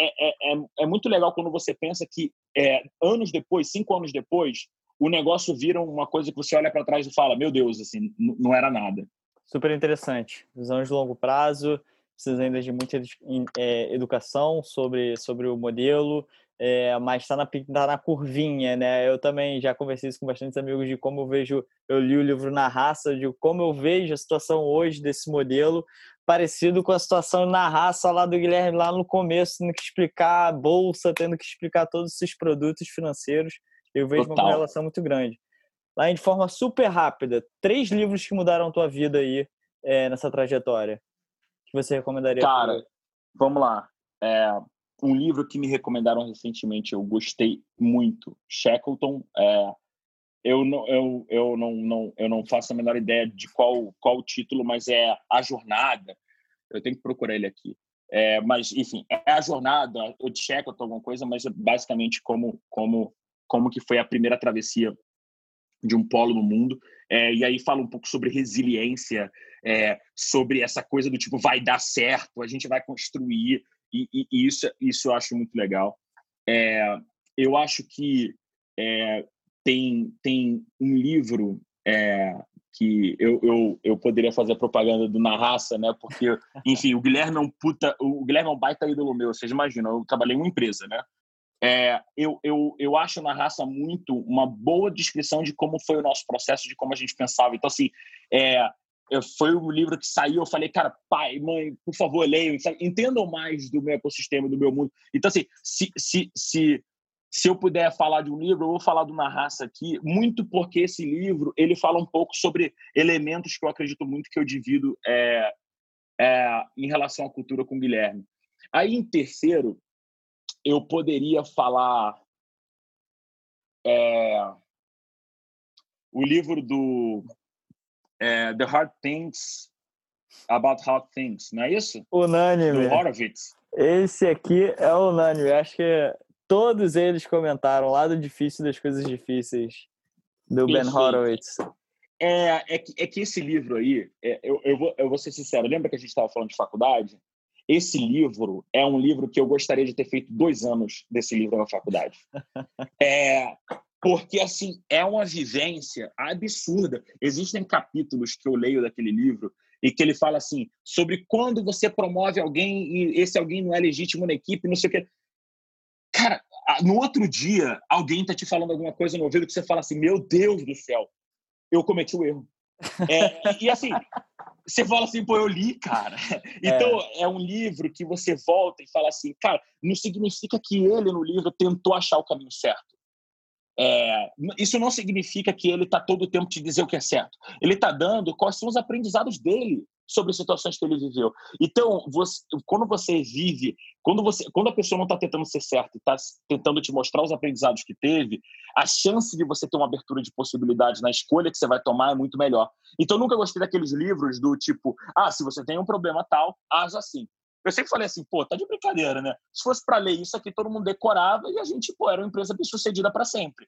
é muito legal quando você pensa que anos depois, 5 anos depois, o negócio vira uma coisa que você olha para trás e fala, meu Deus, assim, não era nada. Super interessante. Visão de longo prazo, precisa ainda de muita educação sobre o modelo, mas está na curvinha, né? Eu também já conversei isso com bastantes amigos de como eu li o livro Na Raça, de como eu vejo a situação hoje desse modelo, parecido com a situação na raça lá do Guilherme, lá no começo, tendo que explicar a bolsa, tendo que explicar todos esses produtos financeiros. Eu vejo uma correlação muito grande. Lá, de forma super rápida, 3 livros que mudaram a tua vida aí nessa trajetória, que você recomendaria? Cara, vamos lá. Um livro que me recomendaram recentemente, eu gostei muito, Shackleton. Eu não faço a menor ideia de qual o título, mas é A Jornada. Eu tenho que procurar ele aqui. Mas, enfim, é A Jornada, ou de Shackleton, alguma coisa, mas é basicamente como que foi a primeira travessia de um polo no mundo. E aí fala um pouco sobre resiliência, sobre essa coisa do tipo, vai dar certo, a gente vai construir, e isso eu acho muito legal. Eu acho que tem um livro que eu poderia fazer propaganda do Na Raça, né? Porque, enfim, o Guilherme é um baita ídolo meu, vocês imaginam, eu trabalhei em uma empresa, né? Eu acho Na Raça muito uma boa descrição de como foi o nosso processo, de como a gente pensava. Então, assim, foi o livro que saiu, eu falei, cara, pai, mãe, por favor, leiam, entendam mais do meu ecossistema, do meu mundo. Então, assim, se eu puder falar de um livro, eu vou falar do Na Raça aqui, muito porque esse livro ele fala um pouco sobre elementos que eu acredito muito que eu divido em relação à cultura com o Guilherme. Aí, em terceiro, eu poderia falar o livro do The Hard Things About Hard Things, não é isso? Unânime. Do Horowitz. Esse aqui é unânime. Acho que todos eles comentaram o lado difícil das coisas difíceis do Ben Horowitz. É que esse livro aí, eu vou ser sincero, lembra que a gente estava falando de faculdade? Esse livro é um livro que eu gostaria de ter feito 2 anos desse livro na faculdade. Porque, assim, é uma vivência absurda. Existem capítulos que eu leio daquele livro e que ele fala assim, sobre quando você promove alguém e esse alguém não é legítimo na equipe, não sei o quê. Cara, no outro dia, alguém está te falando alguma coisa no ouvido que você fala assim, meu Deus do céu, eu cometi o erro. E assim, você fala assim, pô, eu li, cara. Então, é um livro que você volta e fala assim, cara, não significa que ele, no livro, tentou achar o caminho certo. Isso não significa que ele está todo o tempo te dizer o que é certo. Ele está dando quais são os aprendizados dele sobre situações que ele viveu. Então, quando você vive, quando a pessoa não está tentando ser certa e está tentando te mostrar os aprendizados que teve, a chance de você ter uma abertura de possibilidades na escolha que você vai tomar é muito melhor. Então, eu nunca gostei daqueles livros do tipo, se você tem um problema tal, age assim. Eu sempre falei assim, pô, tá de brincadeira, né? Se fosse para ler isso aqui, todo mundo decorava e a gente, pô, era uma empresa bem-sucedida para sempre.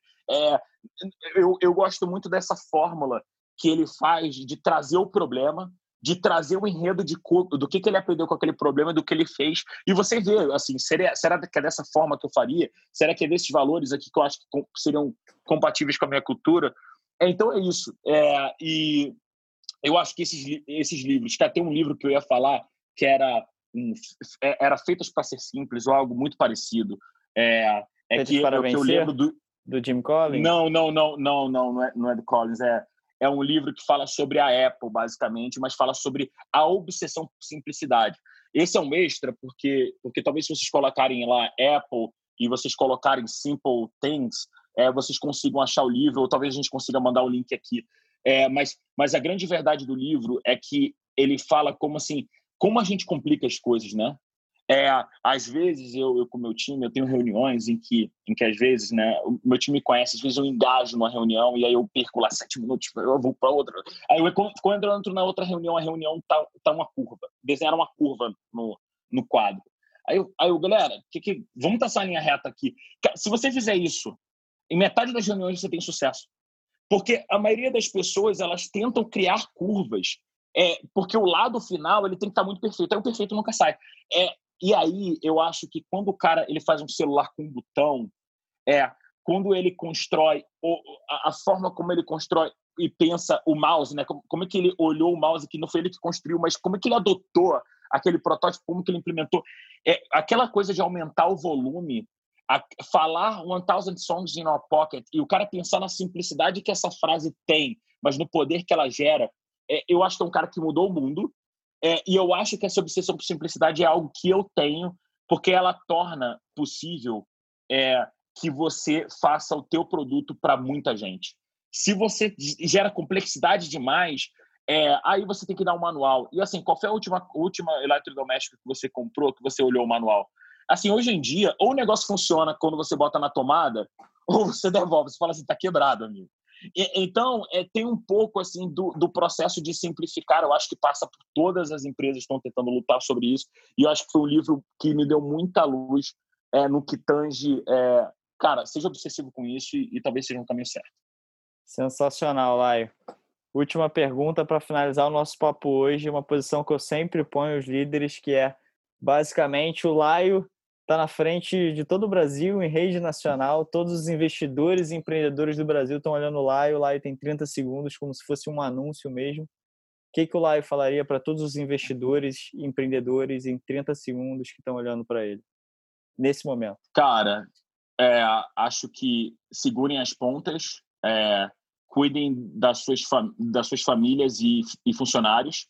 Eu gosto muito dessa fórmula que ele faz de trazer o problema, de trazer o enredo do que ele aprendeu com aquele problema, do que ele fez. E você vê, assim, será que é dessa forma que eu faria? Será que é desses valores aqui que eu acho que seriam compatíveis com a minha cultura? Então é isso. E eu acho que esses livros, que até um livro que eu ia falar, que era Feitas para Ser Simples, ou algo muito parecido. Que eu lembro do Jim Collins? Não é do Collins. É um livro que fala sobre a Apple, basicamente, mas fala sobre a obsessão por simplicidade. Esse é um extra, porque talvez se vocês colocarem lá Apple e vocês colocarem Simple Things, vocês consigam achar o livro, ou talvez a gente consiga mandar o link aqui. Mas a grande verdade do livro é que ele fala como a gente complica as coisas, né? Às vezes, eu com o meu time, eu tenho reuniões em que às vezes, né, o meu time me conhece, às vezes eu engajo numa reunião e aí eu perco lá 7 minutos, eu vou para outra. Aí quando eu entro na outra reunião, a reunião tá uma curva. Desenharam uma curva no quadro. Aí eu galera, vamos traçar uma linha reta aqui. Se você fizer isso, em metade das reuniões você tem sucesso. Porque a maioria das pessoas, elas tentam criar curvas, porque o lado final ele tem que estar muito perfeito. Aí o perfeito nunca sai. E aí eu acho que quando o cara ele faz um celular com um botão, quando ele constrói a forma como ele constrói e pensa o mouse, né? Como é que ele olhou o mouse, que não foi ele que construiu, mas como é que ele adotou aquele protótipo, como que ele implementou. Aquela coisa de aumentar o volume, falar 1000 songs in our pocket, e o cara pensar na simplicidade que essa frase tem, mas no poder que ela gera, eu acho que é um cara que mudou o mundo, e eu acho que essa obsessão por simplicidade é algo que eu tenho, porque ela torna possível que você faça o teu produto para muita gente. Se você gera complexidade demais, aí você tem que dar um manual. E assim, qual foi a última eletrodoméstico que você comprou, que você olhou o manual? Assim, hoje em dia, ou o negócio funciona quando você bota na tomada, ou você devolve, você fala assim, tá quebrado, amigo. Então, tem um pouco assim do processo de simplificar. Eu acho que passa por todas as empresas que estão tentando lutar sobre isso. E eu acho que foi um livro que me deu muita luz no que tange... cara, seja obsessivo com isso e talvez seja um caminho certo. Sensacional, Laio. Última pergunta para finalizar o nosso papo hoje. Uma posição que eu sempre ponho os líderes, que é basicamente o Laio está na frente de todo o Brasil, em rede nacional. Todos os investidores e empreendedores do Brasil estão olhando o Laio. O Laio tem 30 segundos, como se fosse um anúncio mesmo. O que o Laio falaria para todos os investidores e empreendedores em 30 segundos que estão olhando para ele, nesse momento? Cara, acho que segurem as pontas, cuidem das suas famílias e funcionários,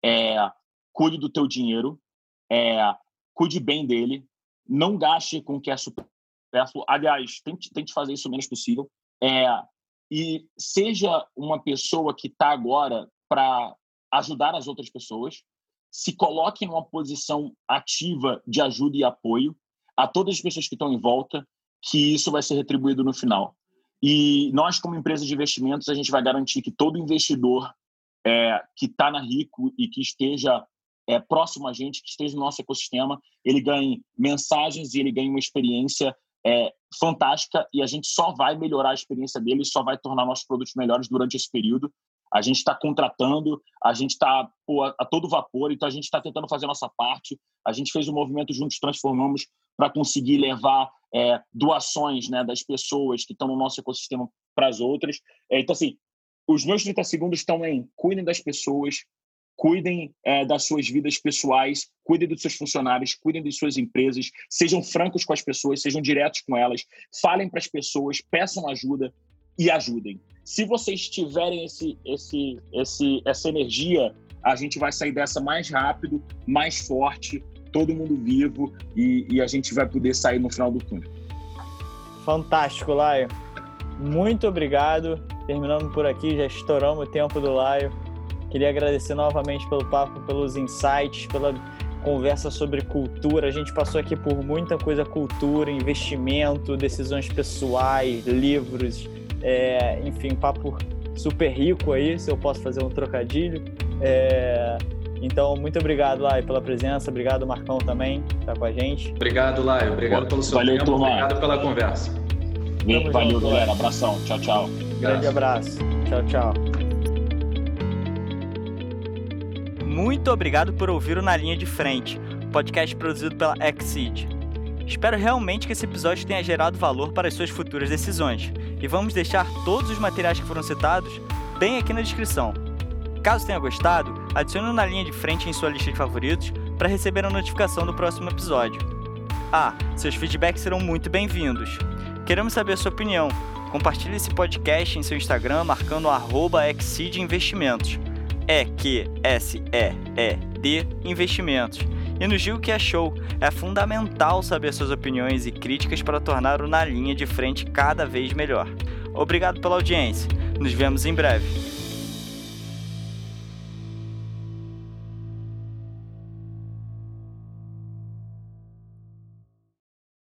cuide do teu dinheiro, cuide bem dele, não gaste com o que é Aliás, tente fazer isso o menos possível. E seja uma pessoa que está agora para ajudar as outras pessoas, se coloque numa posição ativa de ajuda e apoio a todas as pessoas que estão em volta, que isso vai ser retribuído no final. E nós, como empresa de investimentos, a gente vai garantir que todo investidor que está na Rico e que esteja próximo a gente, que esteja no nosso ecossistema, ele ganhe mensagens e ele ganhe uma experiência fantástica, e a gente só vai melhorar a experiência dele, só vai tornar nossos produtos melhores durante esse período. A gente está contratando, a gente está a todo vapor, então a gente está tentando fazer a nossa parte. A gente fez um movimento Juntos Transformamos para conseguir levar doações, né, das pessoas que estão no nosso ecossistema para as outras. Então, assim, os meus 30 segundos estão em cuidem das pessoas, cuidem das suas vidas pessoais, cuidem dos seus funcionários, cuidem das suas empresas, sejam francos com as pessoas, sejam diretos com elas, falem para as pessoas, peçam ajuda e ajudem. Se vocês tiverem essa energia, a gente vai sair dessa mais rápido, mais forte, todo mundo vivo, e a gente vai poder sair no final do túnel. Fantástico, Laio. Muito obrigado. Terminamos por aqui, já estouramos o tempo do Laio. Queria agradecer novamente pelo papo, pelos insights, pela conversa sobre cultura. A gente passou aqui por muita coisa: cultura, investimento, decisões pessoais, livros, enfim, papo super rico aí, se eu posso fazer um trocadilho. Então, muito obrigado, Laio, pela presença. Obrigado, Marcão, também, que tá com a gente. Obrigado, Laio. Obrigado pelo seu tempo. Turma. Obrigado pela conversa. Valeu, galera. Abração. Tchau, tchau. Grande abraço. Tchau, tchau. Muito obrigado por ouvir o Na Linha de Frente, podcast produzido pela Exceed. Espero realmente que esse episódio tenha gerado valor para as suas futuras decisões, e vamos deixar todos os materiais que foram citados bem aqui na descrição. Caso tenha gostado, adicione o Na Linha de Frente em sua lista de favoritos para receber a notificação do próximo episódio. Seus feedbacks serão muito bem-vindos. Queremos saber a sua opinião. Compartilhe esse podcast em seu Instagram marcando @Exceed Investimentos. EQSEED Investimentos. E nos diga o que achou. É fundamental saber suas opiniões e críticas para tornar o Na Linha de Frente cada vez melhor. Obrigado pela audiência. Nos vemos em breve.